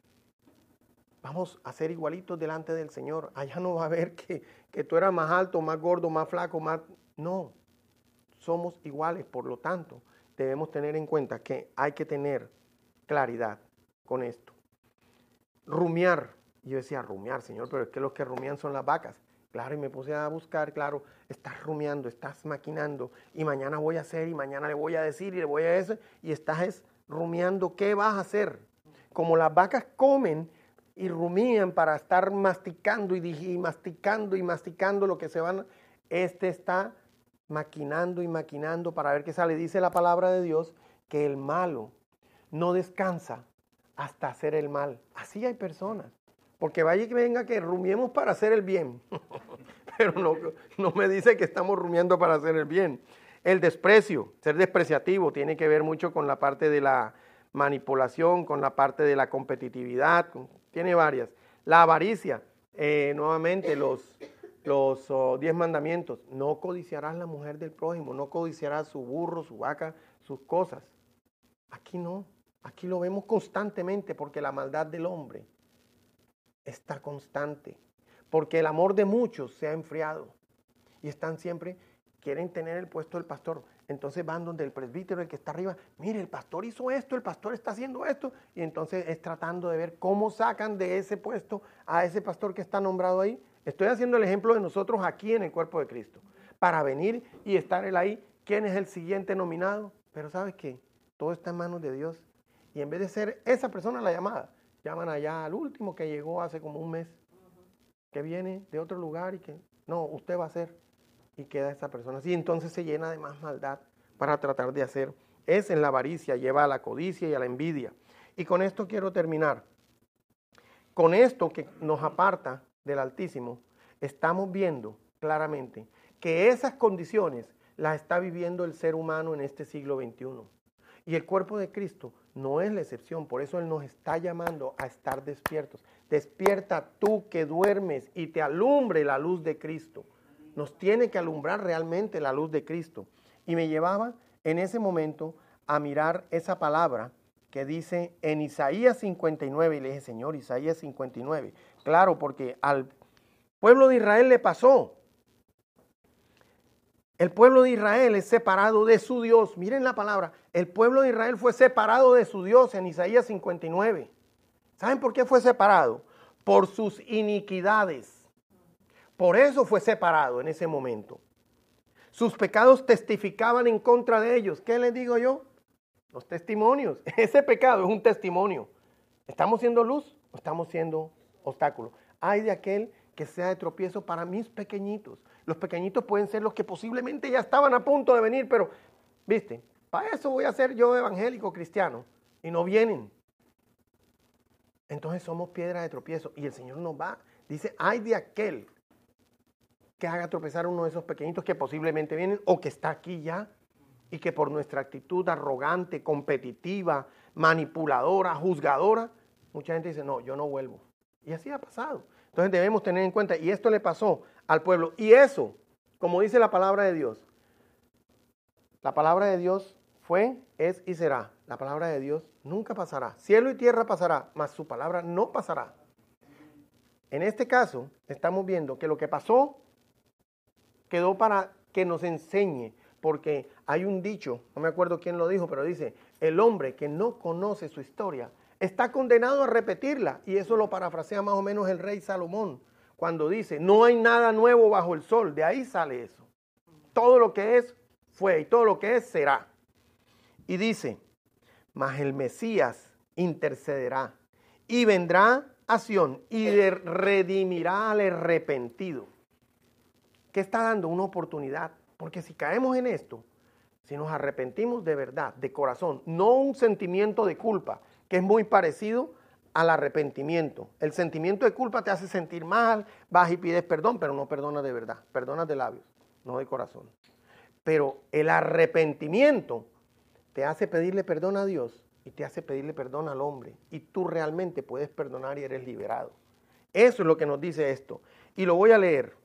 vamos a ser igualitos delante del Señor. Allá no va a ver que tú eras más alto, más gordo, más flaco, más... No, somos iguales, por lo tanto, debemos tener en cuenta que hay que tener claridad con esto. Rumiar. Yo decía, rumiar, Señor, pero es que los que rumian son las vacas. Claro, y me puse a buscar, claro, estás rumiando, estás maquinando, y mañana voy a hacer, y mañana le voy a decir, y le voy a eso, y estás rumiando, ¿qué vas a hacer? Como las vacas comen y rumían para estar masticando y masticando y masticando lo que se van, está maquinando y maquinando para ver qué sale. Dice la palabra de Dios que el malo no descansa hasta hacer el mal. Así hay personas. Porque vaya y que venga que rumiemos para hacer el bien. Pero no me dice que estamos rumiando para hacer el bien. El desprecio, ser despreciativo, tiene que ver mucho con la parte de la manipulación, con la parte de la competitividad, tiene varias. La avaricia, nuevamente los 10 mandamientos. No codiciarás la mujer del prójimo, no codiciarás su burro, su vaca, sus cosas. Aquí no, aquí lo vemos constantemente porque la maldad del hombre está constante, porque el amor de muchos se ha enfriado y están siempre, quieren tener el puesto del pastor, entonces van donde el presbítero, el que está arriba, mire, el pastor hizo esto, el pastor está haciendo esto, y entonces es tratando de ver cómo sacan de ese puesto a ese pastor que está nombrado ahí. Estoy haciendo el ejemplo de nosotros aquí en el cuerpo de Cristo, para venir y estar él ahí quién es el siguiente nominado, pero ¿sabes qué? Todo está en manos de Dios. Y en vez de ser esa persona la llamada, llaman allá al último que llegó hace como un mes, que viene de otro lugar y que, no, usted va a ser, y queda esa persona así. Entonces se llena de más maldad para tratar de hacer. Es en la avaricia, lleva a la codicia y a la envidia. Y con esto quiero terminar. Con esto que nos aparta del Altísimo, estamos viendo claramente que esas condiciones las está viviendo el ser humano en este siglo XXI. Y el cuerpo de Cristo no es la excepción, por eso Él nos está llamando a estar despiertos. Despierta tú que duermes y te alumbre la luz de Cristo. Nos tiene que alumbrar realmente la luz de Cristo. Y me llevaba en ese momento a mirar esa palabra que dice en Isaías 59, y le dije, Señor, Isaías 59. Claro, porque al pueblo de Israel le pasó. El pueblo de Israel es separado de su Dios. Miren la palabra. El pueblo de Israel fue separado de su Dios en Isaías 59. ¿Saben por qué fue separado? Por sus iniquidades. Por eso fue separado en ese momento. Sus pecados testificaban en contra de ellos. ¿Qué les digo yo? Los testimonios. Ese pecado es un testimonio. ¿Estamos siendo luz o estamos siendo obstáculo? Ay de aquel que sea de tropiezo para mis pequeñitos. Los pequeñitos pueden ser los que posiblemente ya estaban a punto de venir, pero, viste, para eso voy a ser yo evangélico cristiano y no vienen. Entonces somos piedra de tropiezo y el Señor nos va, dice, ay de aquel que haga tropezar a uno de esos pequeñitos que posiblemente vienen o que está aquí ya y que por nuestra actitud arrogante, competitiva, manipuladora, juzgadora, mucha gente dice, no, yo no vuelvo. Y así ha pasado. Entonces debemos tener en cuenta, y esto le pasó al pueblo. Y eso, como dice la palabra de Dios, la palabra de Dios fue, es y será. La palabra de Dios nunca pasará. Cielo y tierra pasará, mas su palabra no pasará. En este caso, estamos viendo que lo que pasó quedó para que nos enseñe, porque hay un dicho, no me acuerdo quién lo dijo, pero dice, el hombre que no conoce su historia está condenado a repetirla, y eso lo parafrasea más o menos el rey Salomón, cuando dice, no hay nada nuevo bajo el sol, de ahí sale eso. Todo lo que es, fue, y todo lo que es, será. Y dice, mas el Mesías intercederá, y vendrá a Sión, y redimirá al arrepentido. ¿Qué está dando? Una oportunidad, porque si caemos en esto, si nos arrepentimos de verdad, de corazón, no un sentimiento de culpa, que es muy parecido al arrepentimiento. El sentimiento de culpa te hace sentir mal, vas y pides perdón, pero no perdonas de verdad, perdonas de labios, no de corazón. Pero el arrepentimiento te hace pedirle perdón a Dios y te hace pedirle perdón al hombre, y tú realmente puedes perdonar y eres liberado. Eso es lo que nos dice esto, y lo voy a leer.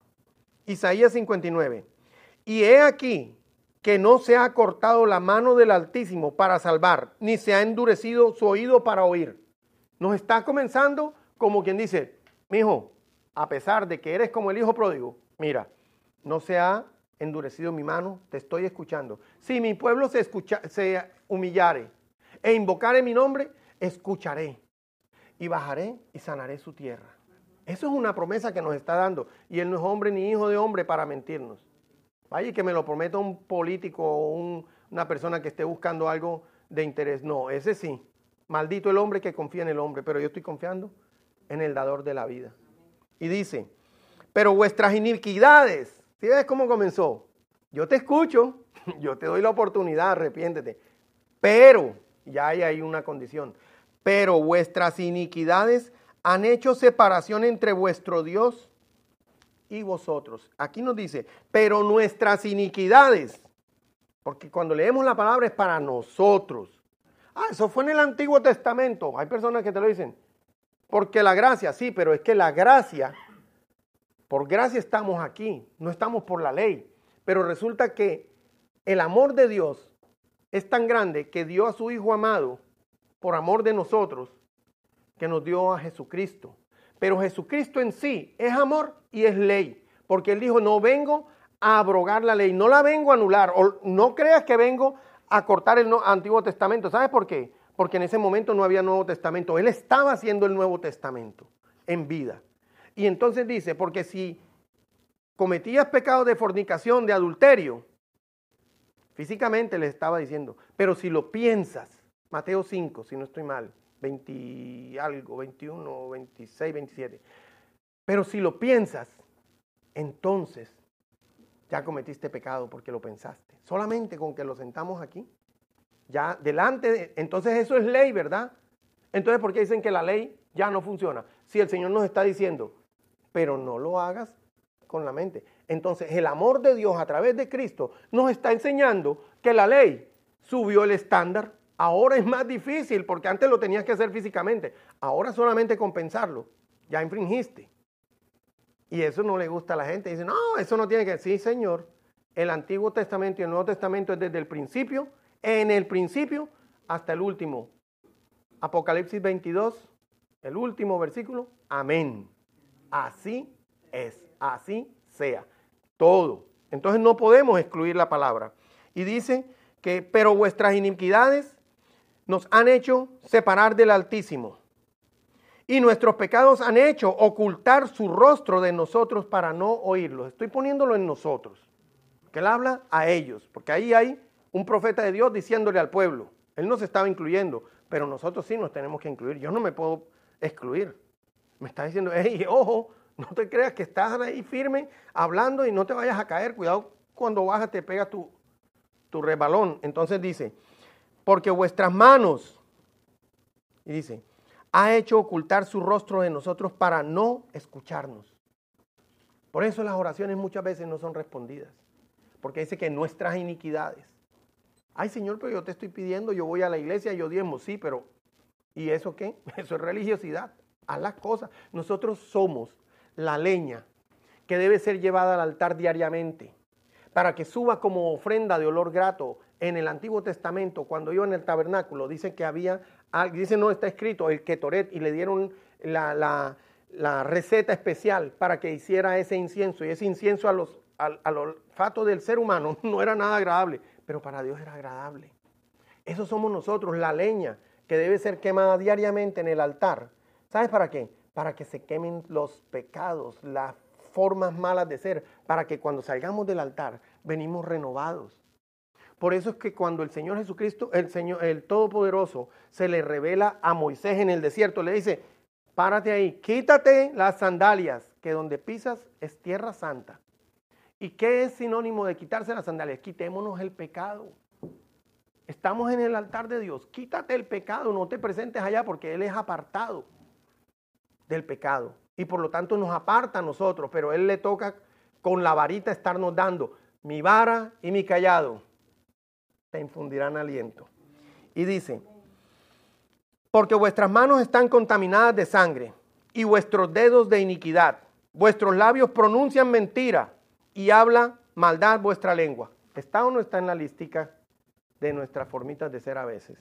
Isaías 59. Y he aquí que no se ha cortado la mano del Altísimo para salvar, ni se ha endurecido su oído para oír. Nos está comenzando como quien dice, mijo, a pesar de que eres como el hijo pródigo, mira, no se ha endurecido mi mano, te estoy escuchando. Si mi pueblo se humillare e invocare mi nombre, escucharé y bajaré y sanaré su tierra. Eso es una promesa que nos está dando, y Él no es hombre ni hijo de hombre para mentirnos. Vaya, que me lo prometa un político o una persona que esté buscando algo de interés. No, ese sí. Maldito el hombre que confía en el hombre, pero yo estoy confiando en el dador de la vida. Y dice, pero vuestras iniquidades, ¿sí ves cómo comenzó? Yo te escucho, yo te doy la oportunidad, arrepiéntete. Pero, ya hay ahí una condición, pero vuestras iniquidades han hecho separación entre vuestro Dios y vosotros. Aquí nos dice, pero nuestras iniquidades, porque cuando leemos la palabra es para nosotros. Eso fue en el Antiguo Testamento. Hay personas que te lo dicen, porque la gracia, sí, pero es que la gracia, por gracia estamos aquí, no estamos por la ley. Pero resulta que el amor de Dios es tan grande que dio a su Hijo amado, por amor de nosotros, que nos dio a Jesucristo. Pero Jesucristo en sí es amor y es ley, porque Él dijo, no vengo a abrogar la ley, no la vengo a anular, o no creas que vengo a cortar el Antiguo Testamento. ¿Sabes por qué? Porque en ese momento no había Nuevo Testamento, Él estaba haciendo el Nuevo Testamento en vida. Y entonces dice, porque si cometías pecados de fornicación, de adulterio, Físicamente les estaba diciendo, pero si lo piensas, Mateo 5, si no estoy mal, 20 algo, 21, 26, 27. Pero si lo piensas, entonces ya cometiste pecado porque lo pensaste. Solamente con que lo sentamos aquí, ya delante de... Entonces eso es ley, ¿verdad? Entonces, ¿por qué dicen que la ley ya no funciona? Si el Señor nos está diciendo, pero no lo hagas con la mente. Entonces, el amor de Dios a través de Cristo nos está enseñando que la ley subió el estándar. Ahora es más difícil porque antes lo tenías que hacer físicamente. Ahora solamente con pensarlo, ya infringiste. Y eso no le gusta a la gente. Dice, no, eso no tiene que... Sí, Señor, el Antiguo Testamento y el Nuevo Testamento es desde el principio, en el principio, hasta el último. Apocalipsis 22, el último versículo. Amén. Así es, así sea. Todo. Entonces no podemos excluir la palabra. Y dice que, pero vuestras iniquidades nos han hecho separar del Altísimo. Y nuestros pecados han hecho ocultar su rostro de nosotros para no oírlos. Estoy poniéndolo en nosotros. Que él habla a ellos. Porque ahí hay un profeta de Dios diciéndole al pueblo. Él no se estaba incluyendo. Pero nosotros sí nos tenemos que incluir. Yo no me puedo excluir. Me está diciendo, hey, ojo, no te creas que estás ahí firme hablando y no te vayas a caer. Cuidado, cuando bajas te pega tu resbalón. Entonces dice, porque vuestras manos, y dice, ha hecho ocultar su rostro de nosotros para no escucharnos. Por eso las oraciones muchas veces no son respondidas. Porque dice que nuestras iniquidades. Ay, Señor, pero yo te estoy pidiendo, yo voy a la iglesia, yo diezmo, sí, pero ¿y eso qué? Eso es religiosidad. Haz las cosas. Nosotros somos la leña que debe ser llevada al altar diariamente para que suba como ofrenda de olor grato. En el Antiguo Testamento, cuando iba en el tabernáculo, dice que había, dice no está escrito, el ketoret, y le dieron la receta especial para que hiciera ese incienso. Y ese incienso al olfato del ser humano no era nada agradable, pero para Dios era agradable. Eso somos nosotros, la leña que debe ser quemada diariamente en el altar. ¿Sabes para qué? Para que se quemen los pecados, las formas malas de ser, para que cuando salgamos del altar venimos renovados. Por eso es que cuando el Señor Jesucristo, el Todopoderoso, se le revela a Moisés en el desierto, le dice, párate ahí, quítate las sandalias, que donde pisas es tierra santa. ¿Y qué es sinónimo de quitarse las sandalias? Quitémonos el pecado. Estamos en el altar de Dios, quítate el pecado, no te presentes allá porque Él es apartado del pecado. Y por lo tanto nos aparta a nosotros, pero Él le toca con la varita estarnos dando mi vara y mi cayado. Te infundirán aliento. Y dice, porque vuestras manos están contaminadas de sangre y vuestros dedos de iniquidad. Vuestros labios pronuncian mentira y habla maldad vuestra lengua. ¿Está o no está en la listica de nuestras formitas de ser a veces?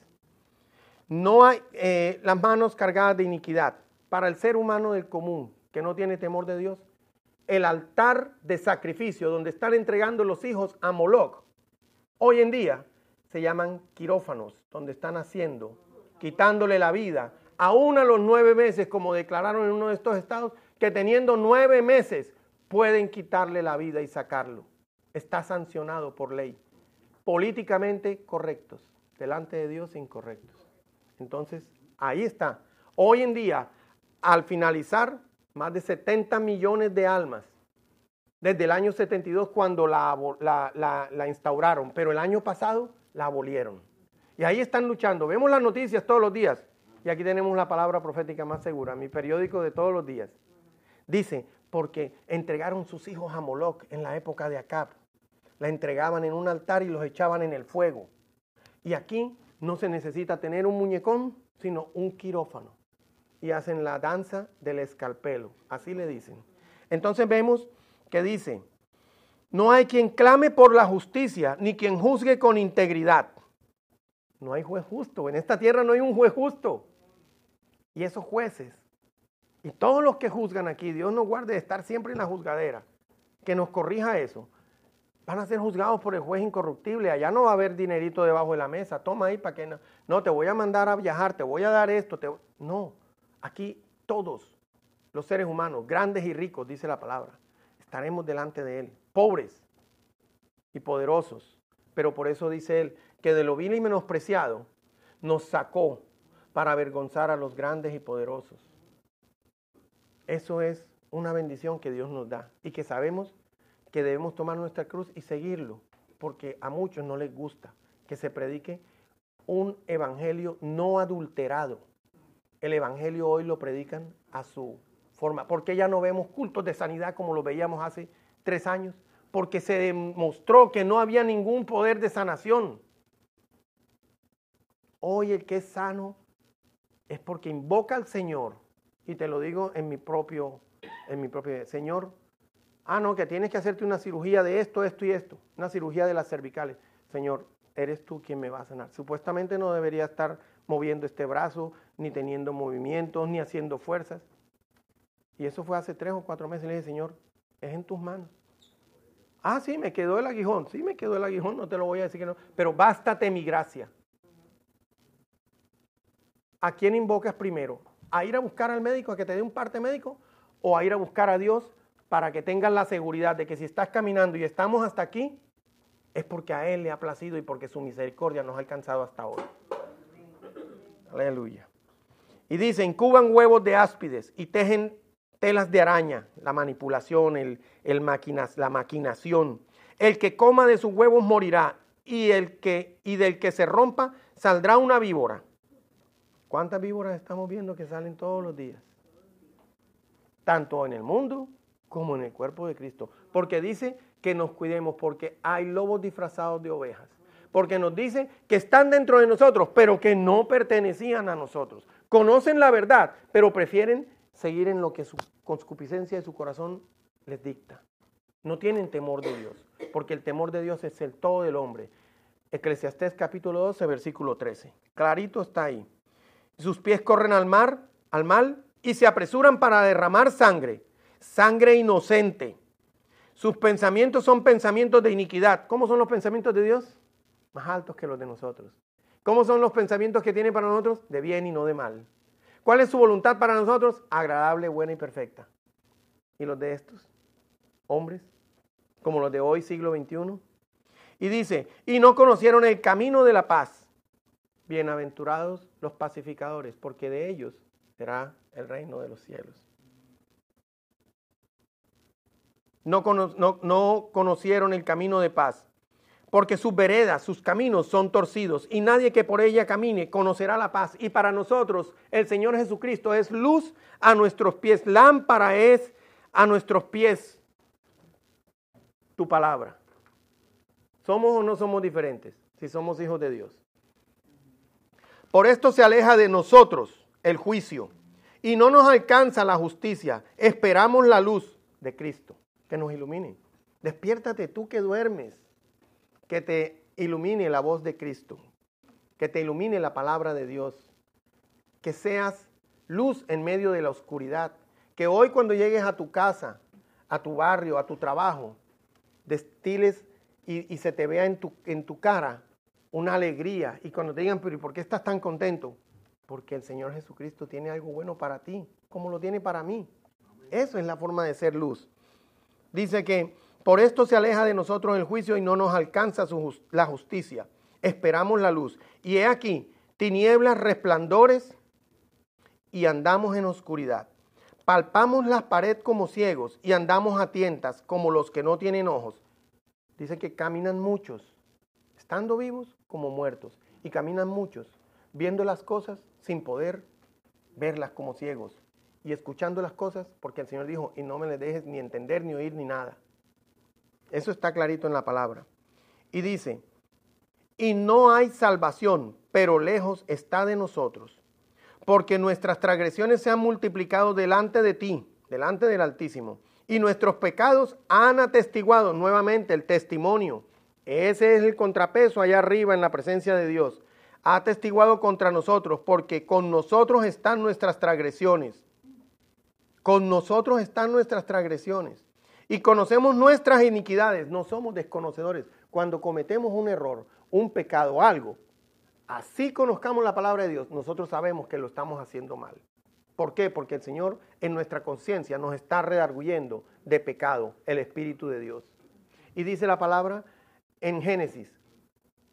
No hay las manos cargadas de iniquidad. Para el ser humano del común, que no tiene temor de Dios, el altar de sacrificio donde están entregando los hijos a Moloch, hoy en día se llaman quirófanos, donde están haciendo, quitándole la vida, aún a los 9 meses, como declararon en uno de estos estados, que teniendo 9 meses pueden quitarle la vida y sacarlo. Está sancionado por ley. Políticamente correctos, delante de Dios incorrectos. Entonces, ahí está. Hoy en día, al finalizar, más de 70 millones de almas, desde el año 72 cuando la instauraron, pero el año pasado la abolieron. Y ahí están luchando. Vemos las noticias todos los días. Y aquí tenemos la palabra profética más segura, mi periódico de todos los días. Dice, porque entregaron sus hijos a Moloch en la época de Acab. La entregaban en un altar y los echaban en el fuego. Y aquí no se necesita tener un muñecón, sino un quirófano. Y hacen la danza del escalpelo, así le dicen. Entonces vemos que dice, no hay quien clame por la justicia, ni quien juzgue con integridad. No hay juez justo, en esta tierra no hay un juez justo. Y esos jueces, y todos los que juzgan aquí, Dios nos guarde de estar siempre en la juzgadera, que nos corrija eso. Van a ser juzgados por el juez incorruptible, allá no va a haber dinerito debajo de la mesa, toma ahí para que no, te voy a mandar a viajar, te voy a dar esto, no, aquí todos los seres humanos, grandes y ricos, dice la palabra, estaremos delante de Él, pobres y poderosos, pero por eso dice él, que de lo vil y menospreciado nos sacó para avergonzar a los grandes y poderosos. Eso es una bendición que Dios nos da y que sabemos que debemos tomar nuestra cruz y seguirlo, porque a muchos no les gusta que se predique un evangelio no adulterado. El evangelio hoy lo predican a su forma. ¿Por qué ya no vemos cultos de sanidad como lo veíamos hace 3 años? Porque se demostró que no había ningún poder de sanación. Hoy el que es sano es porque invoca al Señor. Y te lo digo en mi propio Señor. No, que tienes que hacerte una cirugía de esto, esto y esto. Una cirugía de las cervicales. Señor, eres tú quien me va a sanar. Supuestamente no debería estar moviendo este brazo, ni teniendo movimientos, ni haciendo fuerzas. Y eso fue hace 3 o 4 meses. Le dije, Señor, es en tus manos. Sí, me quedó el aguijón. Sí, me quedó el aguijón, no te lo voy a decir que no. Pero bástate mi gracia. ¿A quién invocas primero? ¿A ir a buscar al médico, a que te dé un parte médico? ¿O a ir a buscar a Dios para que tengas la seguridad de que si estás caminando y estamos hasta aquí, es porque a Él le ha placido y porque su misericordia nos ha alcanzado hasta hoy? Aleluya. Y dice, incuban huevos de áspides y tejen telas de araña, la manipulación, la maquinación. El que coma de sus huevos morirá y del que se rompa saldrá una víbora. ¿Cuántas víboras estamos viendo que salen todos los días? Tanto en el mundo como en el cuerpo de Cristo. Porque dice que nos cuidemos, porque hay lobos disfrazados de ovejas. Porque nos dice que están dentro de nosotros, pero que no pertenecían a nosotros. Conocen la verdad, pero prefieren seguir en lo que su concupiscencia de su corazón les dicta. No tienen temor de Dios, porque el temor de Dios es el todo del hombre. Eclesiastés capítulo 12, versículo 13. Clarito está ahí. Sus pies corren al mal, y se apresuran para derramar sangre inocente. Sus pensamientos son pensamientos de iniquidad. ¿Cómo son los pensamientos de Dios? Más altos que los de nosotros. ¿Cómo son los pensamientos que tiene para nosotros? De bien y no de mal. ¿Cuál es su voluntad para nosotros? Agradable, buena y perfecta. ¿Y los de estos hombres? Como los de hoy, siglo XXI. Y dice, y no conocieron el camino de la paz. Bienaventurados los pacificadores, porque de ellos será el reino de los cielos. No conocieron el camino de paz, porque sus veredas, sus caminos son torcidos, y nadie que por ella camine conocerá la paz. Y para nosotros el Señor Jesucristo es luz a nuestros pies, lámpara es a nuestros pies tu palabra. ¿Somos o no somos diferentes si somos hijos de Dios? Por esto se aleja de nosotros el juicio y no nos alcanza la justicia. Esperamos la luz de Cristo que nos ilumine. Despiértate tú que duermes, que te ilumine la voz de Cristo, que te ilumine la palabra de Dios, que seas luz en medio de la oscuridad, que hoy cuando llegues a tu casa, a tu barrio, a tu trabajo, destiles y se te vea en tu cara una alegría, y cuando te digan, pero ¿y por qué estás tan contento? Porque el Señor Jesucristo tiene algo bueno para ti, como lo tiene para mí. Eso es la forma de ser luz. Dice que por esto se aleja de nosotros el juicio y no nos alcanza la justicia. Esperamos la luz. Y he aquí, tinieblas, resplandores, y andamos en oscuridad. Palpamos la pared como ciegos y andamos a tientas como los que no tienen ojos. Dice que caminan muchos, estando vivos como muertos, y caminan muchos, viendo las cosas sin poder verlas como ciegos, y escuchando las cosas, porque el Señor dijo, y no me les dejes ni entender, ni oír, ni nada. Eso está clarito en la palabra. Y dice, y no hay salvación, pero lejos está de nosotros, porque nuestras transgresiones se han multiplicado delante de ti, delante del Altísimo, y nuestros pecados han atestiguado nuevamente el testimonio. Ese es el contrapeso allá arriba en la presencia de Dios. Ha atestiguado contra nosotros, porque con nosotros están nuestras transgresiones. Con nosotros están nuestras transgresiones. Y conocemos nuestras iniquidades. No somos desconocedores. Cuando cometemos un error, un pecado, algo, así conozcamos la palabra de Dios, nosotros sabemos que lo estamos haciendo mal. ¿Por qué? Porque el Señor en nuestra conciencia nos está redarguyendo de pecado, el Espíritu de Dios. Y dice la palabra en Génesis,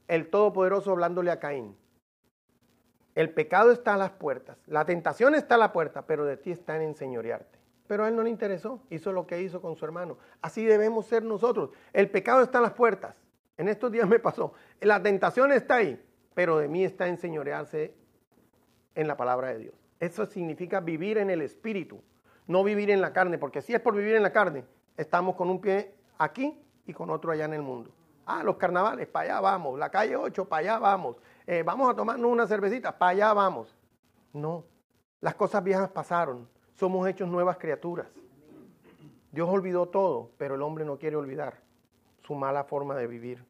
el Todopoderoso hablándole a Caín. El pecado está a las puertas, la tentación está a la puerta, pero de ti está en enseñorearte. Pero a él no le interesó, hizo lo que hizo con su hermano. Así debemos ser nosotros. El pecado está a las puertas. En estos días me pasó. La tentación está ahí, pero de mí está enseñorearse en la palabra de Dios. Eso significa vivir en el Espíritu, no vivir en la carne, porque si es por vivir en la carne, estamos con un pie aquí y con otro allá en el mundo. Los carnavales, para allá vamos. La calle 8, para allá vamos. Vamos a tomarnos una cervecita, para allá vamos. No, las cosas viejas pasaron. Somos hechos nuevas criaturas. Dios olvidó todo, pero el hombre no quiere olvidar su mala forma de vivir.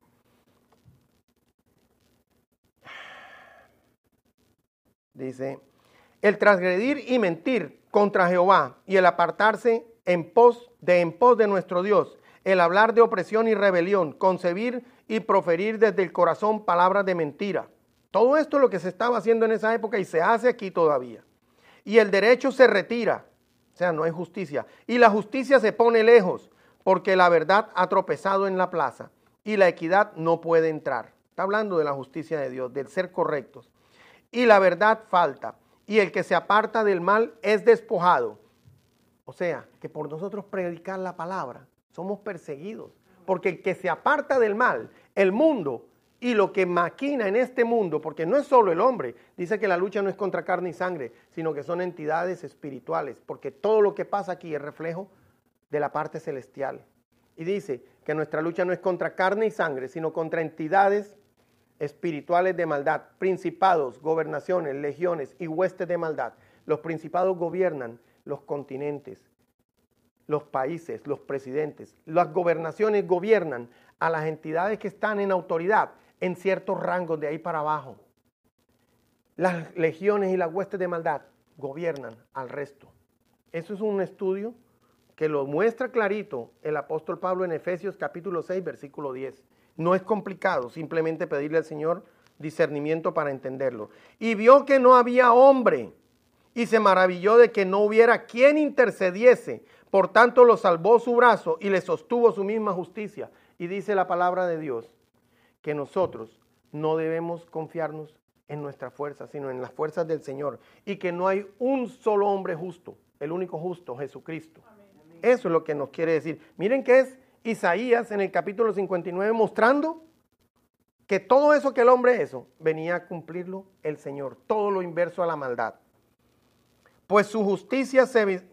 Dice, el transgredir y mentir contra Jehová y el apartarse en pos de nuestro Dios, el hablar de opresión y rebelión, concebir y proferir desde el corazón palabras de mentira. Todo esto es lo que se estaba haciendo en esa época y se hace aquí todavía. Y el derecho se retira, o sea, no hay justicia. Y la justicia se pone lejos, porque la verdad ha tropezado en la plaza y la equidad no puede entrar. Está hablando de la justicia de Dios, del ser correctos. Y la verdad falta, y el que se aparta del mal es despojado. O sea, que por nosotros predicar la palabra, somos perseguidos. Porque el que se aparta del mal, el mundo y lo que maquina en este mundo, porque no es solo el hombre, dice que la lucha no es contra carne y sangre, sino que son entidades espirituales, porque todo lo que pasa aquí es reflejo de la parte celestial. Y dice que nuestra lucha no es contra carne y sangre, sino contra entidades espirituales de maldad, principados, gobernaciones, legiones y huestes de maldad. Los principados gobiernan los continentes, los países, los presidentes. Las gobernaciones gobiernan a las entidades que están en autoridad en ciertos rangos de ahí para abajo. Las legiones y las huestes de maldad gobiernan al resto. Eso es un estudio que lo muestra clarito el apóstol Pablo en Efesios capítulo 6, versículo 10. No es complicado, simplemente pedirle al Señor discernimiento para entenderlo. Y vio que no había hombre y se maravilló de que no hubiera quien intercediese. Por tanto lo salvó su brazo y le sostuvo su misma justicia. Y dice la palabra de Dios que nosotros no debemos confiarnos en nuestra fuerza, sino en las fuerzas del Señor. Y que no hay un solo hombre justo, el único justo, Jesucristo. Amén. Eso es lo que nos quiere decir. Miren que es Isaías en el capítulo 59 mostrando que todo eso que el hombre hizo, venía a cumplirlo el Señor. Todo lo inverso a la maldad. Pues de justicia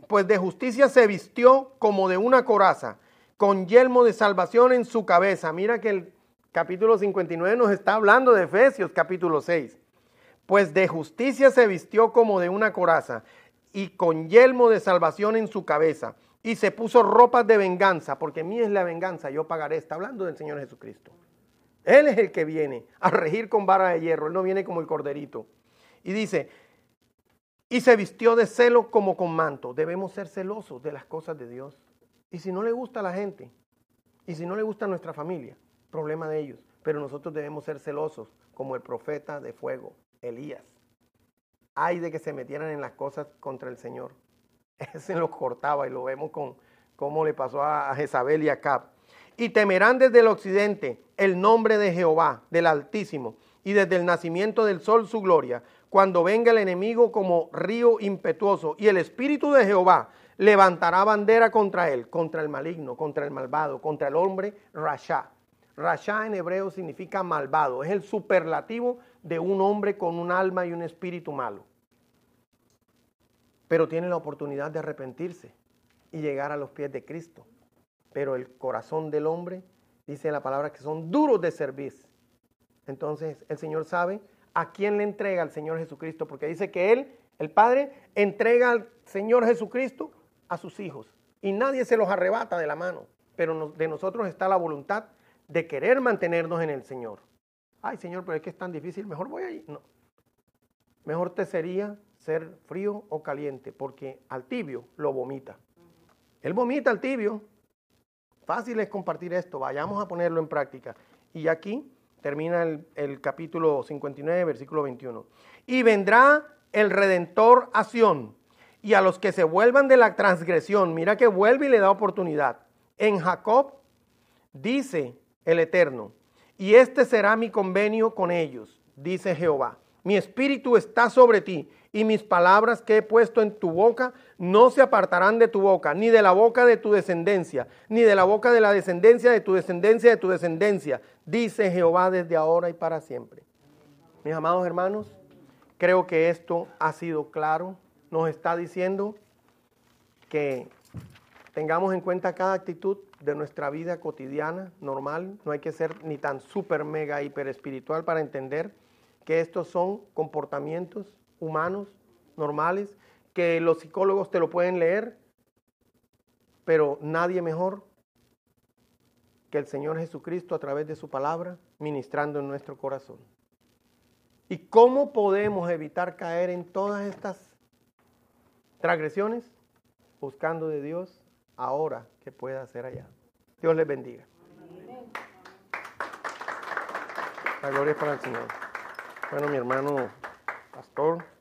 se vistió como de una coraza, con yelmo de salvación en su cabeza. Mira que el capítulo 59 nos está hablando de Efesios capítulo 6. Pues de justicia se vistió como de una coraza y con yelmo de salvación en su cabeza. Y se puso ropas de venganza, porque mía es la venganza, yo pagaré. Está hablando del Señor Jesucristo. Él es el que viene a regir con vara de hierro. Él no viene como el corderito. Y dice, y se vistió de celo como con manto. Debemos ser celosos de las cosas de Dios. Y si no le gusta a la gente, y si no le gusta a nuestra familia, problema de ellos. Pero nosotros debemos ser celosos, como el profeta de fuego, Elías. Ay de que se metieran en las cosas contra el Señor. Ese los cortaba y lo vemos con cómo le pasó a Jezabel y a Acab. Y temerán desde el occidente el nombre de Jehová, del Altísimo, y desde el nacimiento del sol su gloria, cuando venga el enemigo como río impetuoso, y el Espíritu de Jehová levantará bandera contra él, contra el maligno, contra el malvado, contra el hombre Rasha. Rasha en hebreo significa malvado, es el superlativo de un hombre con un alma y un espíritu malo. Pero tiene la oportunidad de arrepentirse y llegar a los pies de Cristo. Pero el corazón del hombre, dice la palabra, que son duros de servir. Entonces el Señor sabe a quién le entrega al Señor Jesucristo, porque dice que Él, el Padre, entrega al Señor Jesucristo a sus hijos. Y nadie se los arrebata de la mano. Pero de nosotros está la voluntad de querer mantenernos en el Señor. Ay, Señor, pero es que es tan difícil, mejor voy allí. No. Mejor te sería ser frío o caliente, porque al tibio lo vomita. Él vomita al tibio. Fácil es compartir esto, vayamos a ponerlo en práctica. Y aquí termina el capítulo 59, versículo 21. Y vendrá el Redentor a Sión, y a los que se vuelvan de la transgresión, mira que vuelve y le da oportunidad. En Jacob, dice el Eterno, y este será mi convenio con ellos, dice Jehová. Mi espíritu está sobre ti, y mis palabras que he puesto en tu boca no se apartarán de tu boca, ni de la boca de tu descendencia, ni de la boca de la descendencia de tu descendencia de tu descendencia, dice Jehová desde ahora y para siempre. Mis amados hermanos, creo que esto ha sido claro. Nos está diciendo que tengamos en cuenta cada actitud de nuestra vida cotidiana, normal. No hay que ser ni tan súper, mega, hiper espiritual para entender que estos son comportamientos humanos, normales, que los psicólogos te lo pueden leer, pero nadie mejor que el Señor Jesucristo a través de su palabra, ministrando en nuestro corazón. ¿Y cómo podemos evitar caer en todas estas transgresiones? Buscando de Dios ahora que pueda hacer allá. Dios les bendiga. La gloria es para el Señor. Bueno, mi hermano pastor.